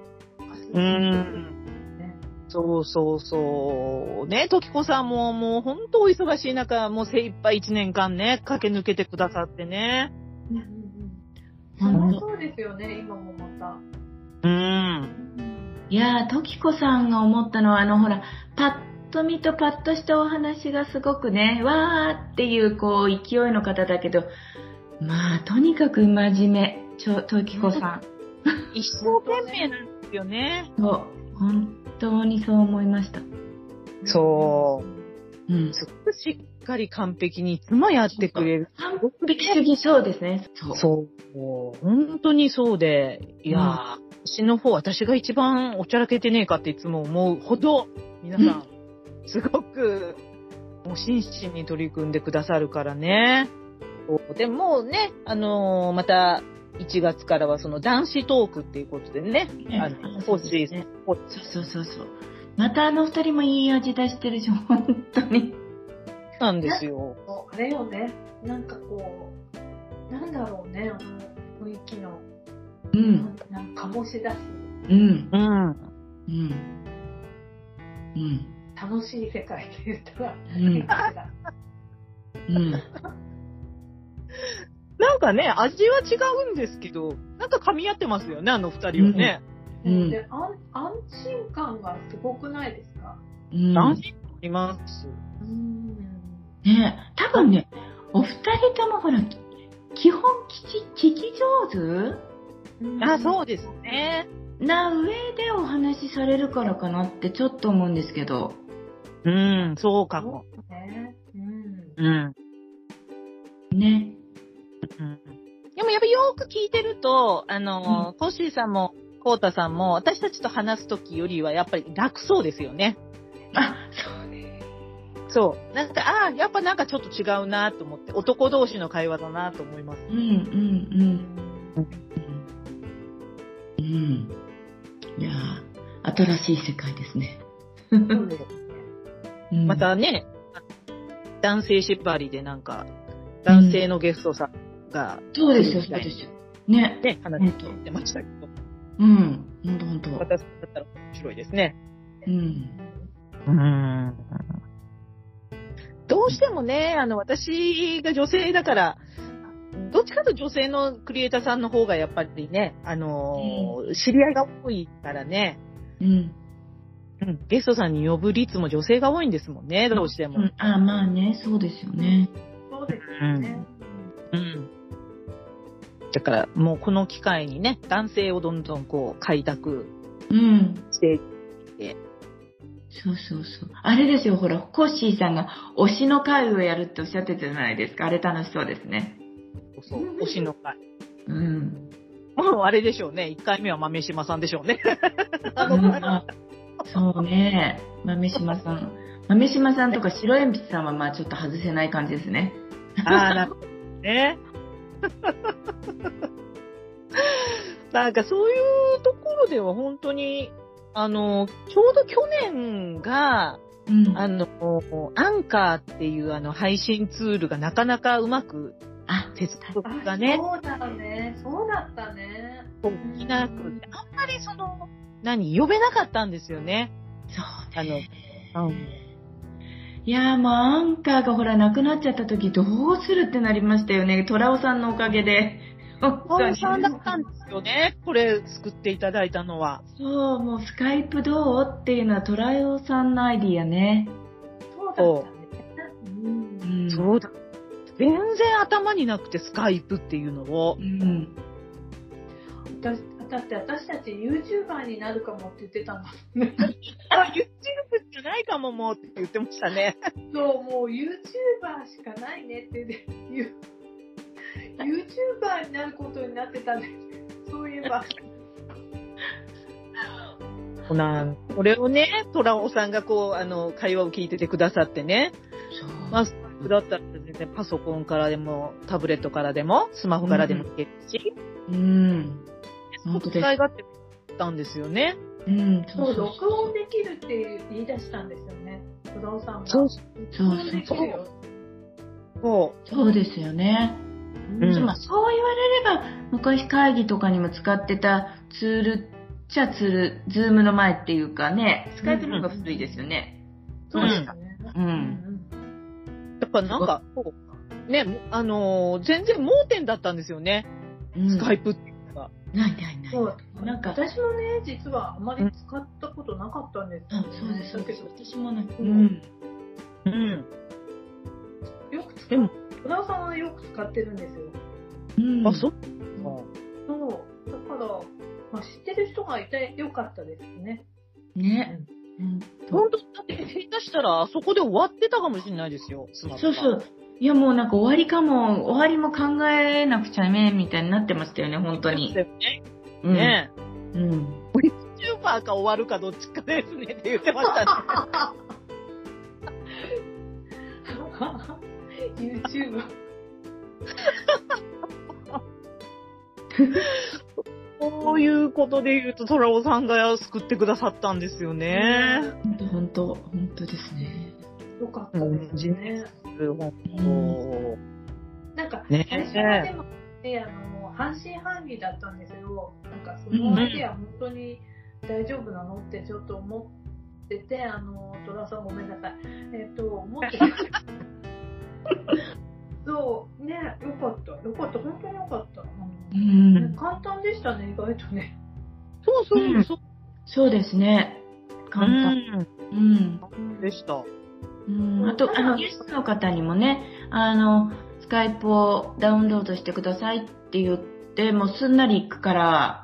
そう。ね、トキコさんももう本当お忙しい中、もう精一杯1年間ね、駆け抜けてくださってね。 そうですよね、今もまた。 いやー、トキコさんが思ったのは、ほら、パッと見とパッとしたお話がすごくね、わーっていう、こう、勢いの方だけど、まあ、とにかく真面目、トキコさん。 一生懸命なんですよね。 そう、本当にそう思いました。 そう。すごくしっかり完璧にいつもやってくれる。 完璧すぎそうですね。 そう。本当にそうで、いやー、私が一番おちゃらけてねえかっていつも思うほど、皆さん、すごく、もう真摯に取り組んでくださるからね。でもね、また、1月からはその男子トークっていうことでね、 そう。また2人もいい味出してるし、本当に。 なんですよ。 あれよね、なんかこう、なんだろうね、雰囲気の、なんか醸し出す。楽しい世界で言ったら、 なんかね、味は違うんですけど、なんか噛み合ってますよね、あの2人はね。 で、安心感がすごくないですか？ 安心感あります。 ね、多分ね、 お二人ともほら、基本聞き上手あ、そうですね。 な上でお話しされるからかなってちょっと思うんですけど。 そうかも。 ね。 ね。 でもやっぱよく聞いてると、コッシーさんも、コウタさんも、私たちと話すときよりはやっぱり楽そうですよね。 あ、そうね。 そう。なんか、やっぱなんかちょっと違うなと思って、男同士の会話だなと思います。 いやー、新しい世界ですね。 そうですね。 またね、男性縛りでなんか、男性のゲストさんが、 そうですよ、そうですよ。ね。 話聞いてましたけど。 ほんと。 私だったら面白いですね。どうしてもね、私が女性だから、どっちかと女性のクリエイターさんの方がやっぱりね、知り合いが多いからね。ゲストさんに呼ぶ率も女性が多いんですもんね、どうしても。 まあね、そうですよね。 そうですよね。 だから、もうこの機会にね、男性をどんどんこう、開拓していって。 そう。あれですよ、ほら、コッシーさんが推しの会をやるっておっしゃってたじゃないですか。あれ楽しそうですね。 そう、推しの会。 もうあれでしょうね。1回目は豆島さんでしょうね。 そうね。豆島さん。豆島さんとか白鉛筆さんはまあちょっと外せない感じですね。 なるほどね。なんかそういうところでは本当に、ちょうど去年が、アンカーっていう配信ツールがなかなかうまく、接続がね。 そうだね。そうだったね。 起きなくて、あんまり呼べなかったんですよね。 そうね。いやーもうアンカーがほらなくなっちゃった時どうするってなりましたよね。トラオさんのおかげで。 トラオさんだったんですよね。これ作っていただいたのは。 そう、もうスカイプどうっていうのはトラオさんのアイディアね。 そうだったね。 そうだ。全然頭になくてスカイプっていうのを。 だって私たち YouTuber になるかもって言ってたの。 YouTuber じゃないかももうって言ってましたね。 そう、もう YouTuber しかないねって言って、YouTuber になることになってたね。そういえば。 これをね、トラオさんがこう、会話を聞いててくださってね。だったら全然パソコンからでも、タブレットからでも、スマホからでも聞けるし。本当です。使い勝手たんですよね。 そう、録音できるって言い出したんですよね。トラオさんが。 そうですよね。そう言われれば、昔会議とかにも使ってたツールっちゃツール、ズームの前っていうかね、スカイプの方が古いですよね。 そうですかね。 だからなんか、ね、全然盲点だったんですよね。スカイプっていうのが。 ない。 そう。なんか私もね、実はあまり使ったことなかったんですよ。 そうです。だけど私もね。 よく使う。トラオさんはよく使ってるんですよ。 そうだから、知ってる人がいてよかったですね。 ね。本当だって下手したらあそこで終わってたかもしれないですよ。 そう。いやもうなんか終わりも考えなくちゃねみたいになってましたよね、本当に。 ね。YouTuber か終わるかどっちかですねって言ってましたね。 YouTuber。 こういうことで言うと、トラオさんが救ってくださったんですよね。 本当ですね。 よかったですね。なんか、最初はでも、半信半疑だったんですよ。なんか、そのアイデア本当に大丈夫なのってちょっと思ってて、トラさんごめんなさい。思ってそうね、よかった、本当によかった。簡単でしたね、意外とね。 そうですね。簡単。 でした。 あと、ゲストの方にもね、スカイプをダウンロードしてくださいって言って、もうすんなり行くから。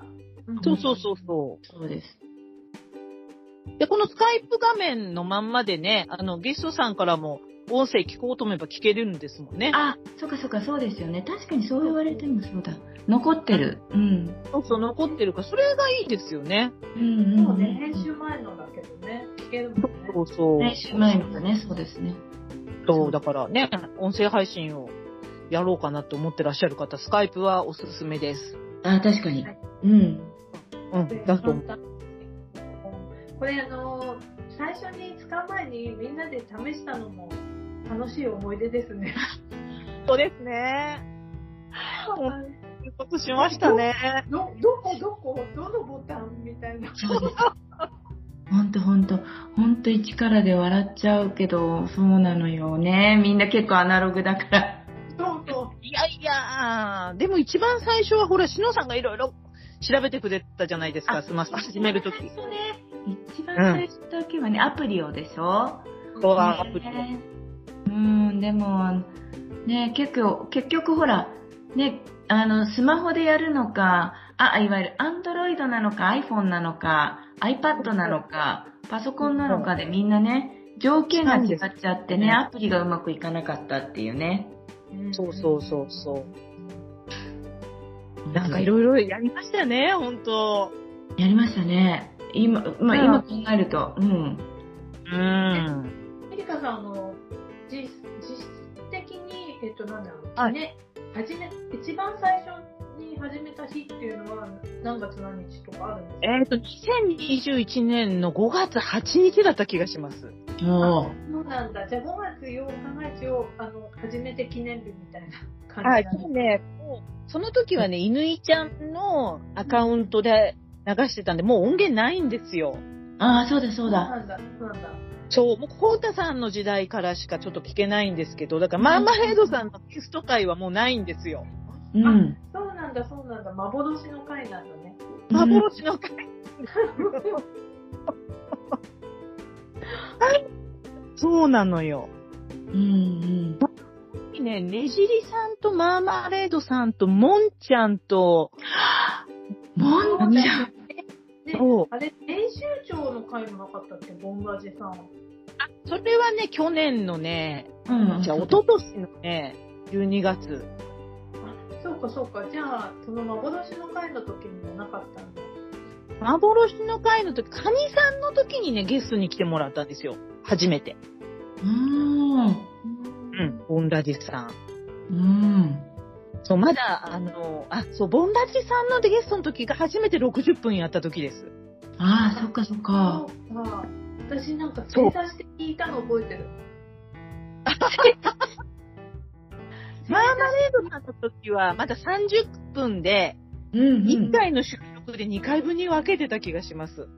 そう。 そうです。 で、このスカイプ画面のまんまでね、ゲストさんからも音声聞こうと思えば聞けるんですもんね。 あ、そうか、そうですよね。確かにそう言われてもそうだ。残ってる。うん。 そう、残ってるから、それがいいですよね。 そうね、編集前のだけどね、聞けるもんね。 そう。 編集前のだね、そうですね。 そう、だからね、音声配信をやろうかなと思ってらっしゃる方、スカイプはおすすめです。 あ、確かに。 だと思う。 これ最初に使う前にみんなで試したのも楽しい思い出ですね。 そうですね。そういうことしましたね。 どのボタンみたいな。 ほんと一からで笑っちゃうけど、そうなのよね。みんな結構アナログだから。 そう。 いや、でも一番最初はほら、しのさんがいろいろ調べてくれたじゃないですか、スマホ始めるとき。 そうね。一番最初だけはね、アプリをでしょ？ そう、アプリを。でも、ね、結局ほら、ね、スマホでやるのか、いわゆる Android なのか iPhone なのか iPad なのかパソコンなのかでみんなね、条件が違っちゃってね、アプリがうまくいかなかったっていうね。 そう。なんかいろいろやりましたよね、ほんと。 やりましたね。今考えると。 エリカさん、実質的に、なんだろう、ね、一番最初に始めた日っていうのは何月何日とかあるんですか ？2021年の5月8日だった気がします。 そうなんだ。じゃあ5月8日が一応、初めて記念日みたいな感じなんですね。その時はね、犬井ちゃんのアカウントで流してたんで、もう音源ないんですよ。 そうだ。 そうなんだ。 そう、もう、コウタさんの時代からしかちょっと聞けないんですけど、だから、マーマレードさんのゲスト会はもうないんですよ。 そうなんだ。幻の会なんだね。 幻の会。そうなのよ。ね、ねじりさんとマーマレードさんともんちゃんと、 もんちゃん。 あれ、編集長の会もなかったっけ、ボンガジさん。 それはね、去年のね、じゃあ、一昨年のね、12月。 そうか。じゃあ、その幻の会の時にはなかったんだ。 幻の会の時、カニさんの時にね、ゲストに来てもらったんですよ。初めて。ボンラジさん。そう、まだ、ボンラジさんのゲストの時が初めて60分やった時です。 そっか。 私なんか正座して聞いたの覚えてる。 マーマレードさんの時はまだ30分で、1回の収録で2回分に分けてた気がします。 そう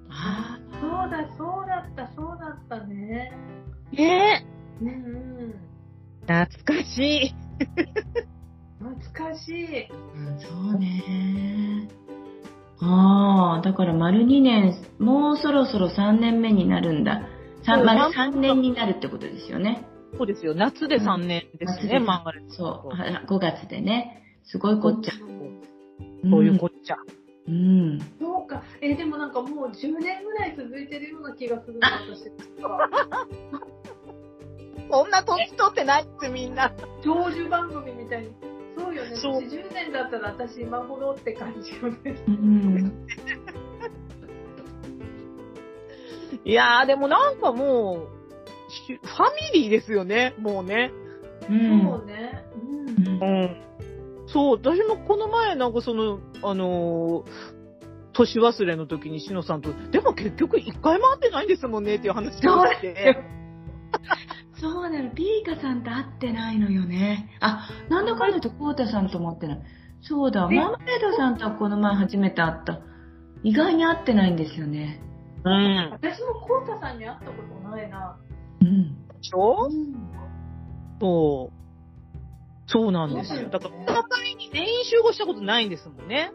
だったね。 ねえ。懐かしい。 そうね。だから丸2年、もうそろそろ3年目になるんだ。丸3年になるってことですよね。 そうですよ。夏で3年ですね、マーマレード。 そう、5月でね。すごいこっちゃ。 そういうこっちゃ。 そうか。でもなんかもう10年ぐらい続いてるような気がするなとして。 そんな年取ってないってみんな。 長寿番組みたいに。そうよね。10年だったら私今頃って感じよね。 いやーでもなんかもう、ファミリーですよね、もうね。 そうね。 そう、私もこの前なんか年忘れの時にしのさんと、でも結局一回も会ってないんですもんねっていう話をして。 そうなの、ピーカさんと会ってないのよね。なんだかんだとコウタさんとも会ってない。そうだ、マーマレードさんとはこの前初めて会った。意外に会ってないんですよね。 私もコウタさんに会ったことないな。 でしょ？そうなんですよ。だから、この会に全員集合したことないんですもんね。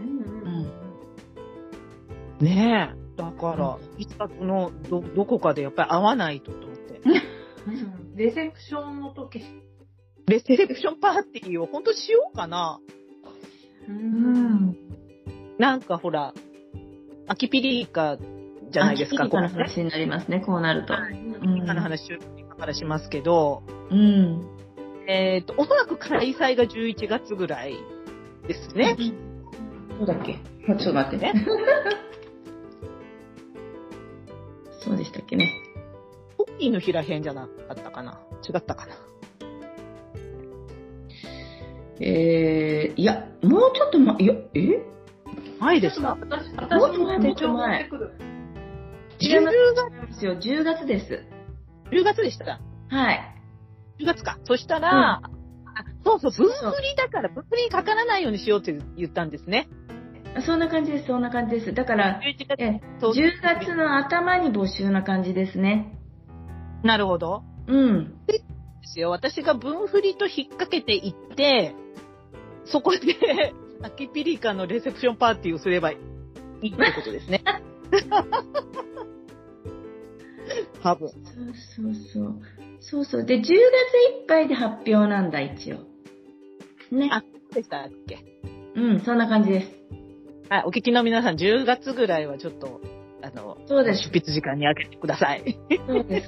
ねえ。だから、いつかどこかでやっぱり会わないと思って。 レセプションの時。 レセプションパーティーを本当しようかな。なんかほら、アキピリカじゃないですか。 アキピリカの話になりますね、こうなると。 アキピリカの話を今からしますけど、おそらく開催が11月ぐらいですね。 そうだっけ？ちょっと待ってね。そうでしたっけね。 ポッキーの日らへんじゃなかったかな。違ったかな。 いや、もうちょっと前、 前でした。 もうちょっと前。10月です。 10月でした。 はい。 10月か。そしたら、そうそう、分振りだから、分振りにかからないようにしようって言ったんですね。 そんな感じです、そんな感じです。だから、10月の頭に募集な感じですね。 なるほど。ですよ。私が分振りと引っ掛けていって、そこで、アキピリカのレセプションパーティーをすればいいってことですね。多分。 そう。で、10月いっぱいで発表なんだ、一応。ね。 そうでしたっけ？ そんな感じです。 はい、お聞きの皆さん、10月ぐらいはちょっと、 そうです。 執筆時間にあげてください。 そうです。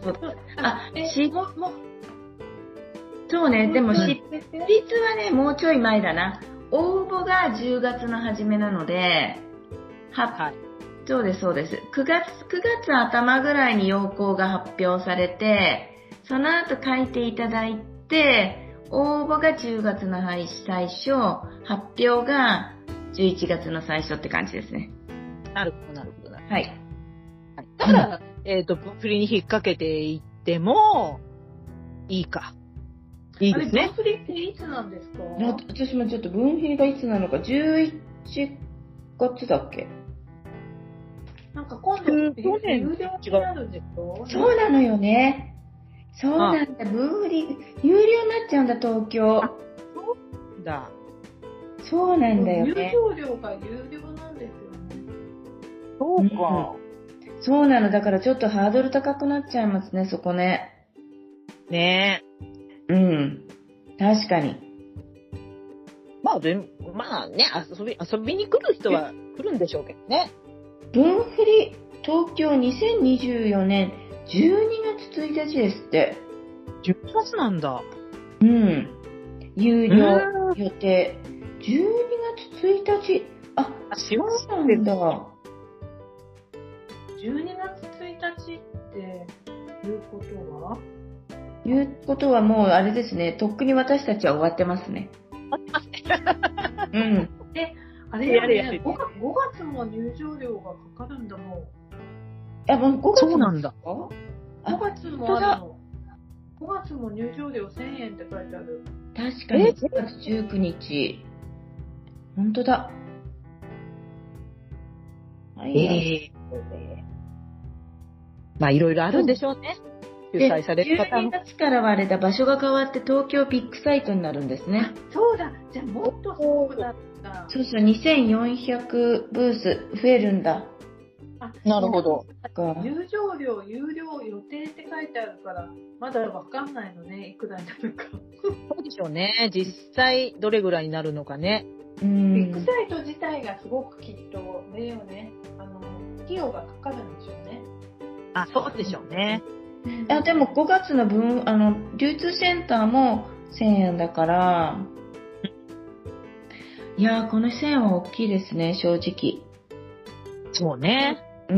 そうね、でも執筆はね、もうちょい前だな。応募が10月の初めなので、そうです。9月頭ぐらいに要項が発表されて、その後書いていただいて、応募が10月の最初、発表が11月の最初って感じですね。 なるほど。 はい。 だから、分振りに引っ掛けていっても、いいか。いいですね。 分振りっていつなんですか？ 私もちょっと分振りがいつなのか、11月だっけ？ なんか今度、有料になるんですか？ そうなのよね。そうなんだ。分振り、有料になっちゃうんだ、東京。 そうだ。 そうなんだよね。 入場料が有料なんですよね。 そうか。 そうなの。だからちょっとハードル高くなっちゃいますね、そこね。 ねえ。 確かに。 まあね、遊びに来る人は来るんでしょうけどね。 分振り、東京2024年12月1日ですって。 10月なんだ。 有料予定。12月1日。そうなんだ。 12月1日っていうことはもうあれですね。とっくに私たちは終わってますね。 終わってますね。で、あれやね、5月も入場料がかかるんだもん。 もう5月そうなんだ。 5月もあるの。5月も入場料1000円って書いてある。 確かに5月19日。本当だ。 まあいろいろあるんでしょうね。主催される方も。12月からはあれだ、場所が変わって東京ビッグサイトになるんですね。 そうだ。じゃあもっとそうだった。 そう、2400ブース増えるんだ。 なるほど。 入場料、有料予定って書いてあるから、まだわかんないのね、いくらになるか。 そうでしょうね。実際どれぐらいになるのかね。 ビッグサイト自体がすごくきっと、費用がかかるんでしょうね。 そうでしょうね。 でも5月の流通センターも1000円だから、いやー、この1000円は大きいですね、正直。 そうね。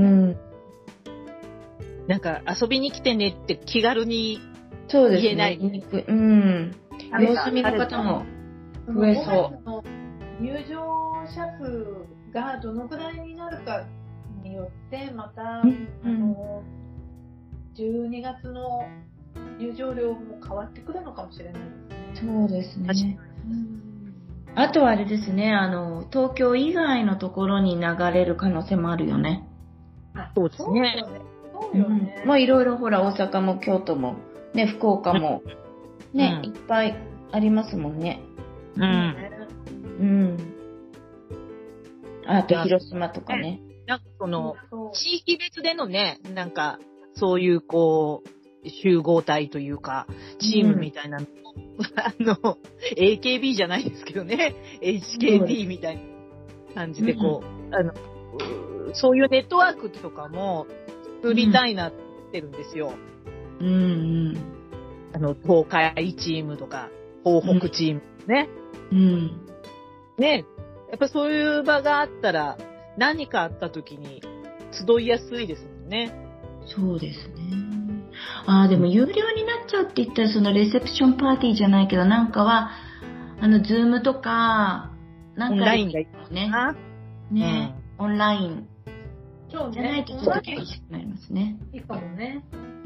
なんか遊びに来てねって気軽に言えない。 様子見の方も増えそう。 入場者数がどのくらいになるかによって、また、12月の入場料も変わってくるのかもしれないですね。 そうですね。あとはあれですね、東京以外のところに流れる可能性もあるよね。 そうですね。 そうよね。 いろいろほら、大阪も京都も、ね、福岡も、ね、いっぱいありますもんね。あと広島とかね。 なんか地域別でのね、なんか、そういう集合体というか、チームみたいなのを AKB じゃないですけどね、HKT みたいな感じでそういうネットワークとかも作りたいなってるんですよ。 うんうん。 東海チームとか、東北チームね。 うん。 ね、やっぱそういう場があったら、何かあった時に集いやすいですもんね。 そうですね。でも有料になっちゃうって言ったら、そのレセプションパーティーじゃないけど、なんかは、ズームとか、なんか、 オンラインがいいね。ね、オンライン。 そうね。 じゃないとちょっと厳しくなりますね。 いいかもね。 うん。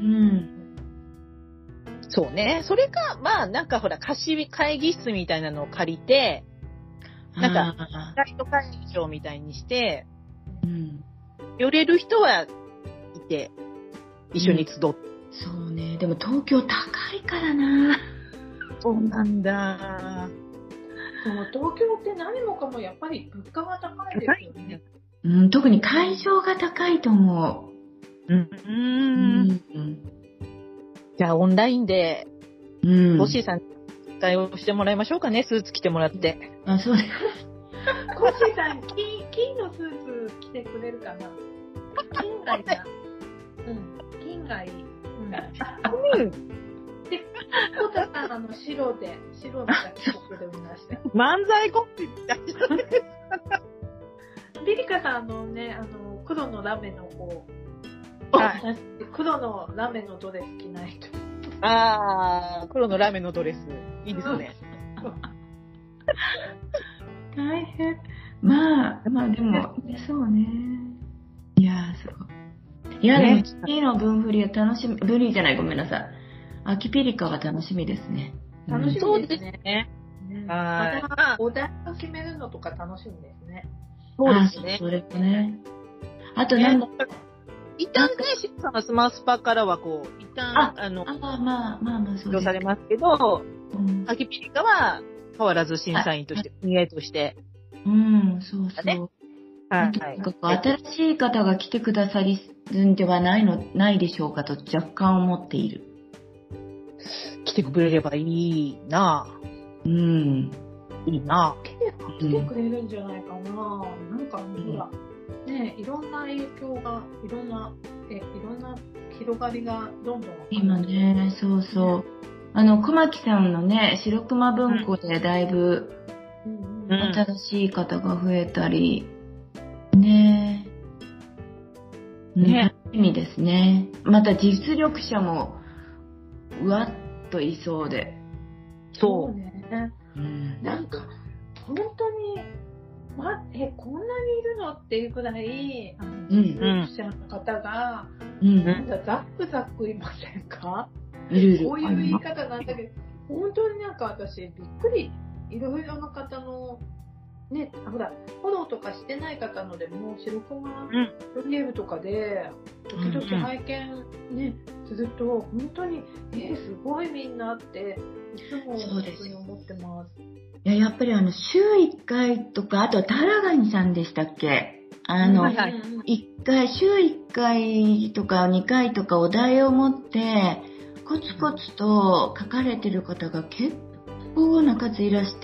そうね。それか、まあ、なんかほら、貸し会議室みたいなのを借りて、なんか、ライト会議場みたいにして、 うん。 寄れる人はいて、一緒に集って。 そうね。でも東京高いからな。 そうなんだ。 東京って何もかもやっぱり物価が高いですよね。 うん、特に会場が高いと思う。 じゃあオンラインで、ボッシーさん対応してもらいましょうかね、スーツ着てもらって。 あ、そうです。 ボッシーさん、金のスーツ着てくれるかな。金がいいな。金がいい。で、コタさん白のジャケットでお願いして。 漫才コンビみたいな。 ビリカさん黒のラメの黒のラメのドレス着ないと。 黒のラメのドレス。いいですね。 大変。まあでも、そうね。いやー、すごい。いや、でも、次の分振りは楽しみ、ブリじゃない、ごめんなさい。秋ピリカは楽しみですね。 楽しみですね。 お題を決めるのとか楽しみですね。 そうですね。 それとね。あとなんだ、 一旦ね、シッさんのスマスパからは一旦、 まあ、 発表されますけど、秋ピリカは変わらず審査員として、運営として。 そうそう。 はい。 新しい方が来てくださるんではないでしょうかと若干思っている。 来てくれればいいなぁ。いいなぁ。来てくれるんじゃないかなぁ。なんか、ほら、ね、いろんな影響が、いろんな広がりがどんどん。 今ね、そうそう。小牧さんのね、白熊文庫でだいぶ、新しい方が増えたり、ね楽しみですね。また実力者も、うわっといそうで。 そうね。なんか、本当に、こんなにいるのっていうくらい、実力者の方が、ザックザックいませんか？こういう言い方なんだけど、本当になんか私、びっくり、いろいろな方の、ね、ほら、フォローとかしてない方のでも、白熊ゲームとかで、時々拝見ね、すると、本当に、すごいみんなって、いつも本当に思ってます。 いや、やっぱり週1回とか、あと、タラガニさんでしたっけ？週1回とか2回とかお題を持って、コツコツと書かれてる方が結構な数いらして、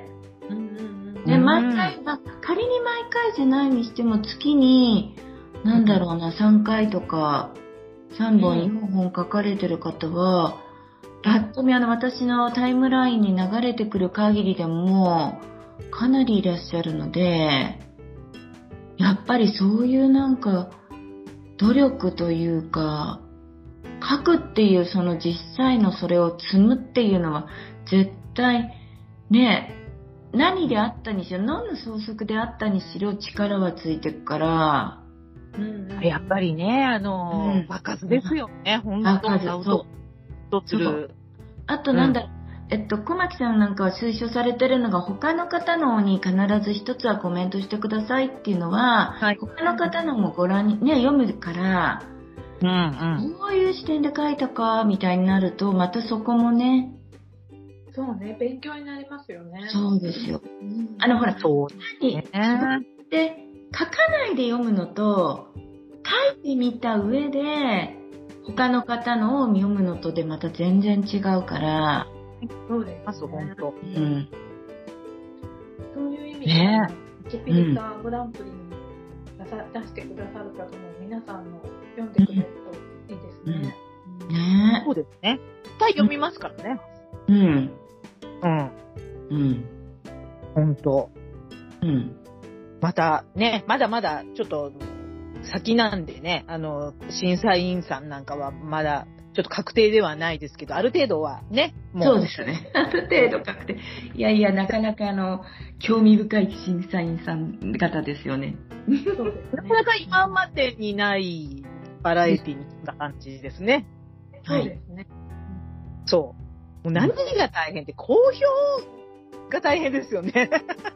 で、毎回、仮に毎回じゃないにしても月に、3回とか、3本、4本書かれてる方は、ぱっと見私のタイムラインに流れてくる限りでも、かなりいらっしゃるので、やっぱりそういう努力というか、書くっていうその実際のそれを積むっていうのは、絶対、ね、何であったにしろ、何の創作であったにしろ力はついてくから、 やっぱりね、場数ですよね、本当に。 あと小牧さんなんかは推奨されてるのが、他の方のに必ず一つはコメントしてくださいっていうのは、他の方のもご覧に、ね、読むから、どういう視点で書いたかみたいになると、またそこもね、 そうね、勉強になりますよね。 そうですよ。ほら、 そうね。 で、書かないで読むのと、書いてみた上で、他の方のを読むのとでまた全然違うから。 そうです、ね。 ます、本当。 うん。 そういう意味で、ね、ウィキペディアグランプリに出してくださる方も皆さんの読んでくれるといいですね。 ね、 そうですね。絶対読みますからね。 うん。 うん。 うん。 本当。 うん。 またね、まだまだちょっと先なんでね、審査員さんなんかはまだちょっと確定ではないですけど、ある程度はね、 もう。そうですね。ある程度確定。いやいや、なかなか興味深い審査員さん方ですよね。 そうですね。 なかなか今までにないバラエティに来た感じですね。 そうですね。 そう。もう何が大変って、好評が大変ですよね。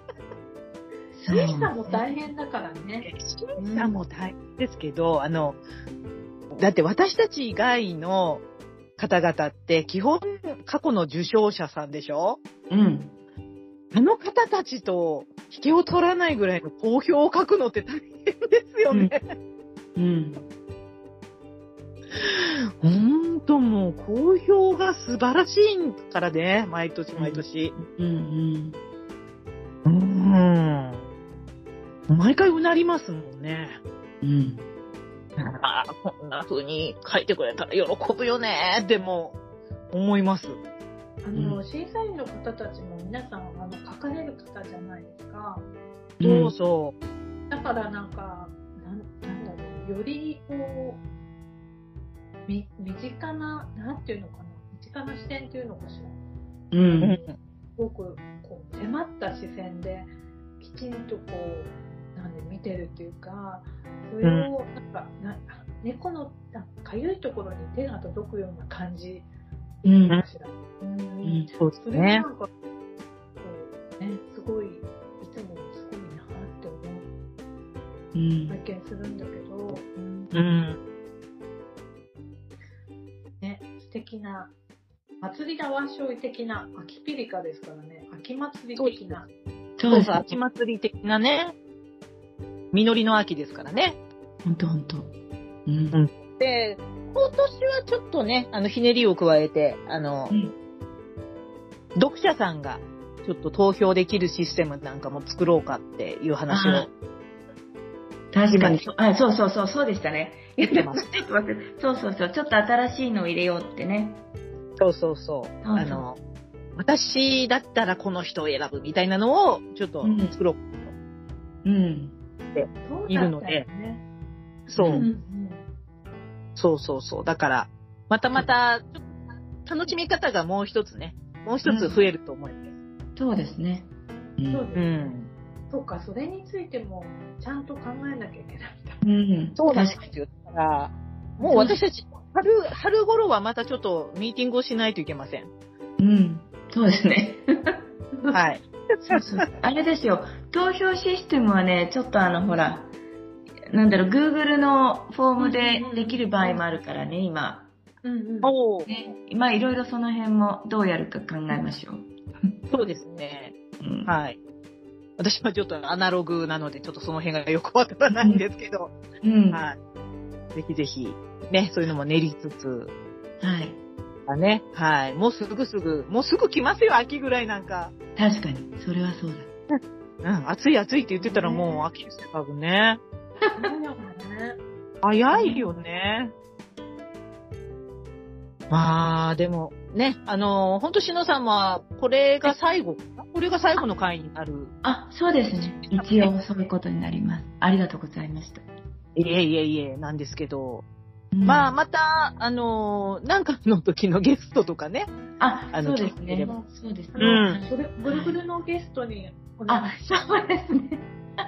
審査も大変だからね。 審査も大変ですけど、だって私たち以外の方々って基本過去の受賞者さんでしょ？ うん。 あの方たちと引けを取らないぐらいの好評を書くのって大変ですよね。 うん。 ほんともう好評が素晴らしいからね、毎年毎年。 うんうん。毎回うなりますもんね。 うん。 ああ、こんな風に書いてくれたら喜ぶよねっても思います。 審査員の方たちも皆さん書かれる方じゃないですか。 そうそう。 だからなんか、なんだろう、よりこう、身近な、なんていうのかな、身近な視点っていうのかしら。 うん。 すごくこう迫った視線できちんとこうなんで見てるっていうか、それを猫のかゆいところに手が届くような感じかしら。 そうですね。 それがなんかこうね、すごいいつもすごいなって思う拝見するんだけど、ね、素敵な。祭りだわっしょい的な、秋ピリカですからね。秋祭り的な。 そうそう、秋祭り的なね。実りの秋ですからね。 ほんと。 うん。で、今年はちょっとね、ひねりを加えて、読者さんがちょっと投票できるシステムなんかも作ろうかっていう話を。 確かに、そうでしたね。言ってます。そう、ちょっと新しいのを入れようってね。 そう。私だったらこの人を選ぶみたいなのをちょっと作ろうっているので、そう。だから、また、ちょっと楽しみ方がもう一つ増えると思います。 そうですね。 そうか、それについてもちゃんと考えなきゃいけない。 そうなんですよ。だから、もう私たち、春頃はまたちょっとミーティングをしないといけません。 そうですね。 はい。 あれですよ、投票システムはね、ちょっとほら、Google のフォームでできる場合もあるからね、今。今いろいろその辺もどうやるか考えましょう。 そうですね。はい。私はちょっとアナログなので、ちょっとその辺がよくわからないんですけど、はい。ぜひぜひ、ね、そういうのも練りつつ、 はい。 ね、はい。もうすぐ来ますよ、秋ぐらいなんか。 確かに、それはそうだ。暑いって言ってたらもう秋ですよ、多分ね。早いよね。まあ、でも、ね、ほんとしのさんは、これが最後の回になる。 そうですね。一応そういうことになります。ありがとうございました。 いえ、なんですけど、まあ、また、なんかの時のゲストとかね。 そうですね。そうですね。 ぐるぐるのゲストにそうですね。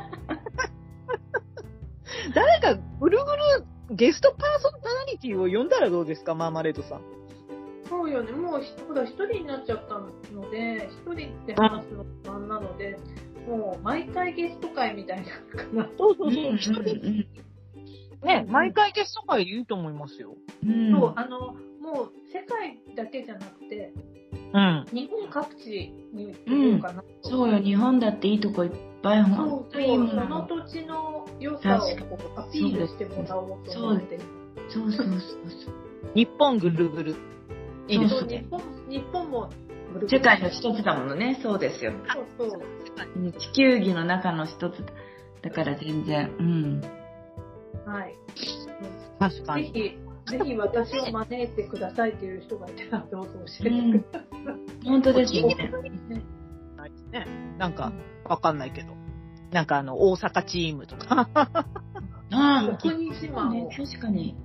誰かぐるぐるゲストパーソナリティを呼んだらどうですか、マーマレードさん。 そうよね。もうほら一人になっちゃったので、一人で話すの不安なので、もう毎回ゲスト会みたいなのかな。 そう、一人ね、毎回ゲスト会でいいと思いますよ。 そう、もう世界だけじゃなくて、日本各地に行こうかなと。 そうよ、日本だっていいとこいっぱい、本当にその土地の良さをアピールしてもらおうと思ってる。 そう。 日本ぐるぐる。いいですね。 日本も世界の一つだものね。そうですよ。 そうそう。 地球儀の中の一つだから全然。うん。 はい。 確かに。 ぜひ私を招いてくださいっていう人がいたらどうぞ教えてください。 本当ですよね。 なんか、わかんないけど。なんか大阪チームとか。 ああ、 国島ね、確かに。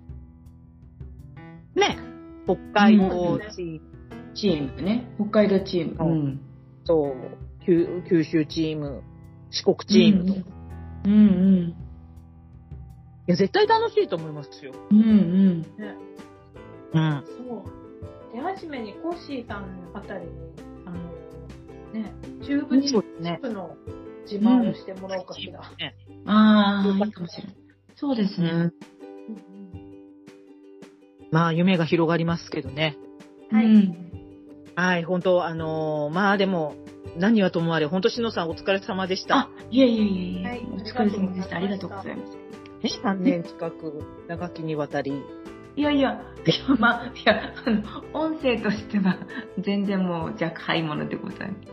ね。北海道チームね。北海道チーム。うん。 そう。九州チーム、四国チームとか。 うんうん。いや、絶対楽しいと思いますよ。 うんうん。ね。 うん。そう。手始めにコッシーさんあたりに、ね、チューブチップの自慢をしてもらおうかしら。 ああ、いいかもしれない。そうですね。 まあ、夢が広がりますけどね。 はい。 はい、本当まあでも、何はともあれ、本当、しのさんお疲れ様でした。 いえ。はい、お疲れ様でした。ありがとうございます。 3年近く、長きにわたり。 まあ、音声としては、全然もう若輩者でございます。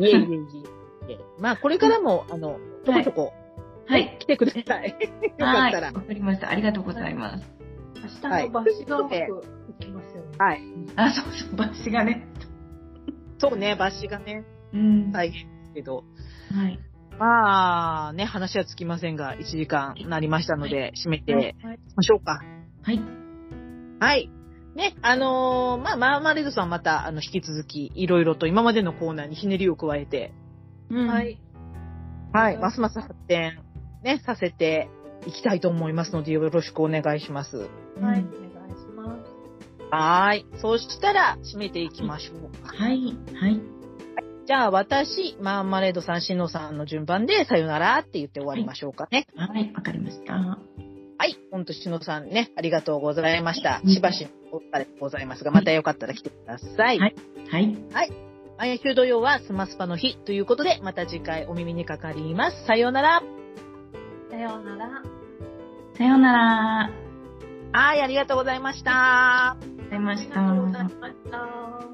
いえ。まあ、これからも、ちょこちょこ、はい、来てください。よかったら。 わかりました。ありがとうございます。 明日のバッシが多く行きますよね。 はい。 そう、バッシがね。 そうね、バッシがね。大変ですけど。 はい。 まあ、ね、話はつきませんが、1時間なりましたので、締めていきましょうか。 はい。 はい。ね、まあ、マーマレードさんまた、引き続き、いろいろと今までのコーナーにひねりを加えて、 はい。 はい。ますます発展、ね、させていきたいと思いますので、よろしくお願いします。 はい。お願いします。 はい。そうしたら、締めていきましょうか。 はい。 じゃあ、私、マーマレードさん、しのさんの順番で、さよならって言って終わりましょうかね。 はい、わかりました。はい。ほんと、しのさんね、ありがとうございました。しばしお疲れでございますが、またよかったら来てください。 はい。 毎週土曜はスマスパの日ということで、また次回お耳にかかります。さようなら。 さようなら。 さようなら。 はい、ありがとうございました。 ありがとうございました。 ありがとうございました。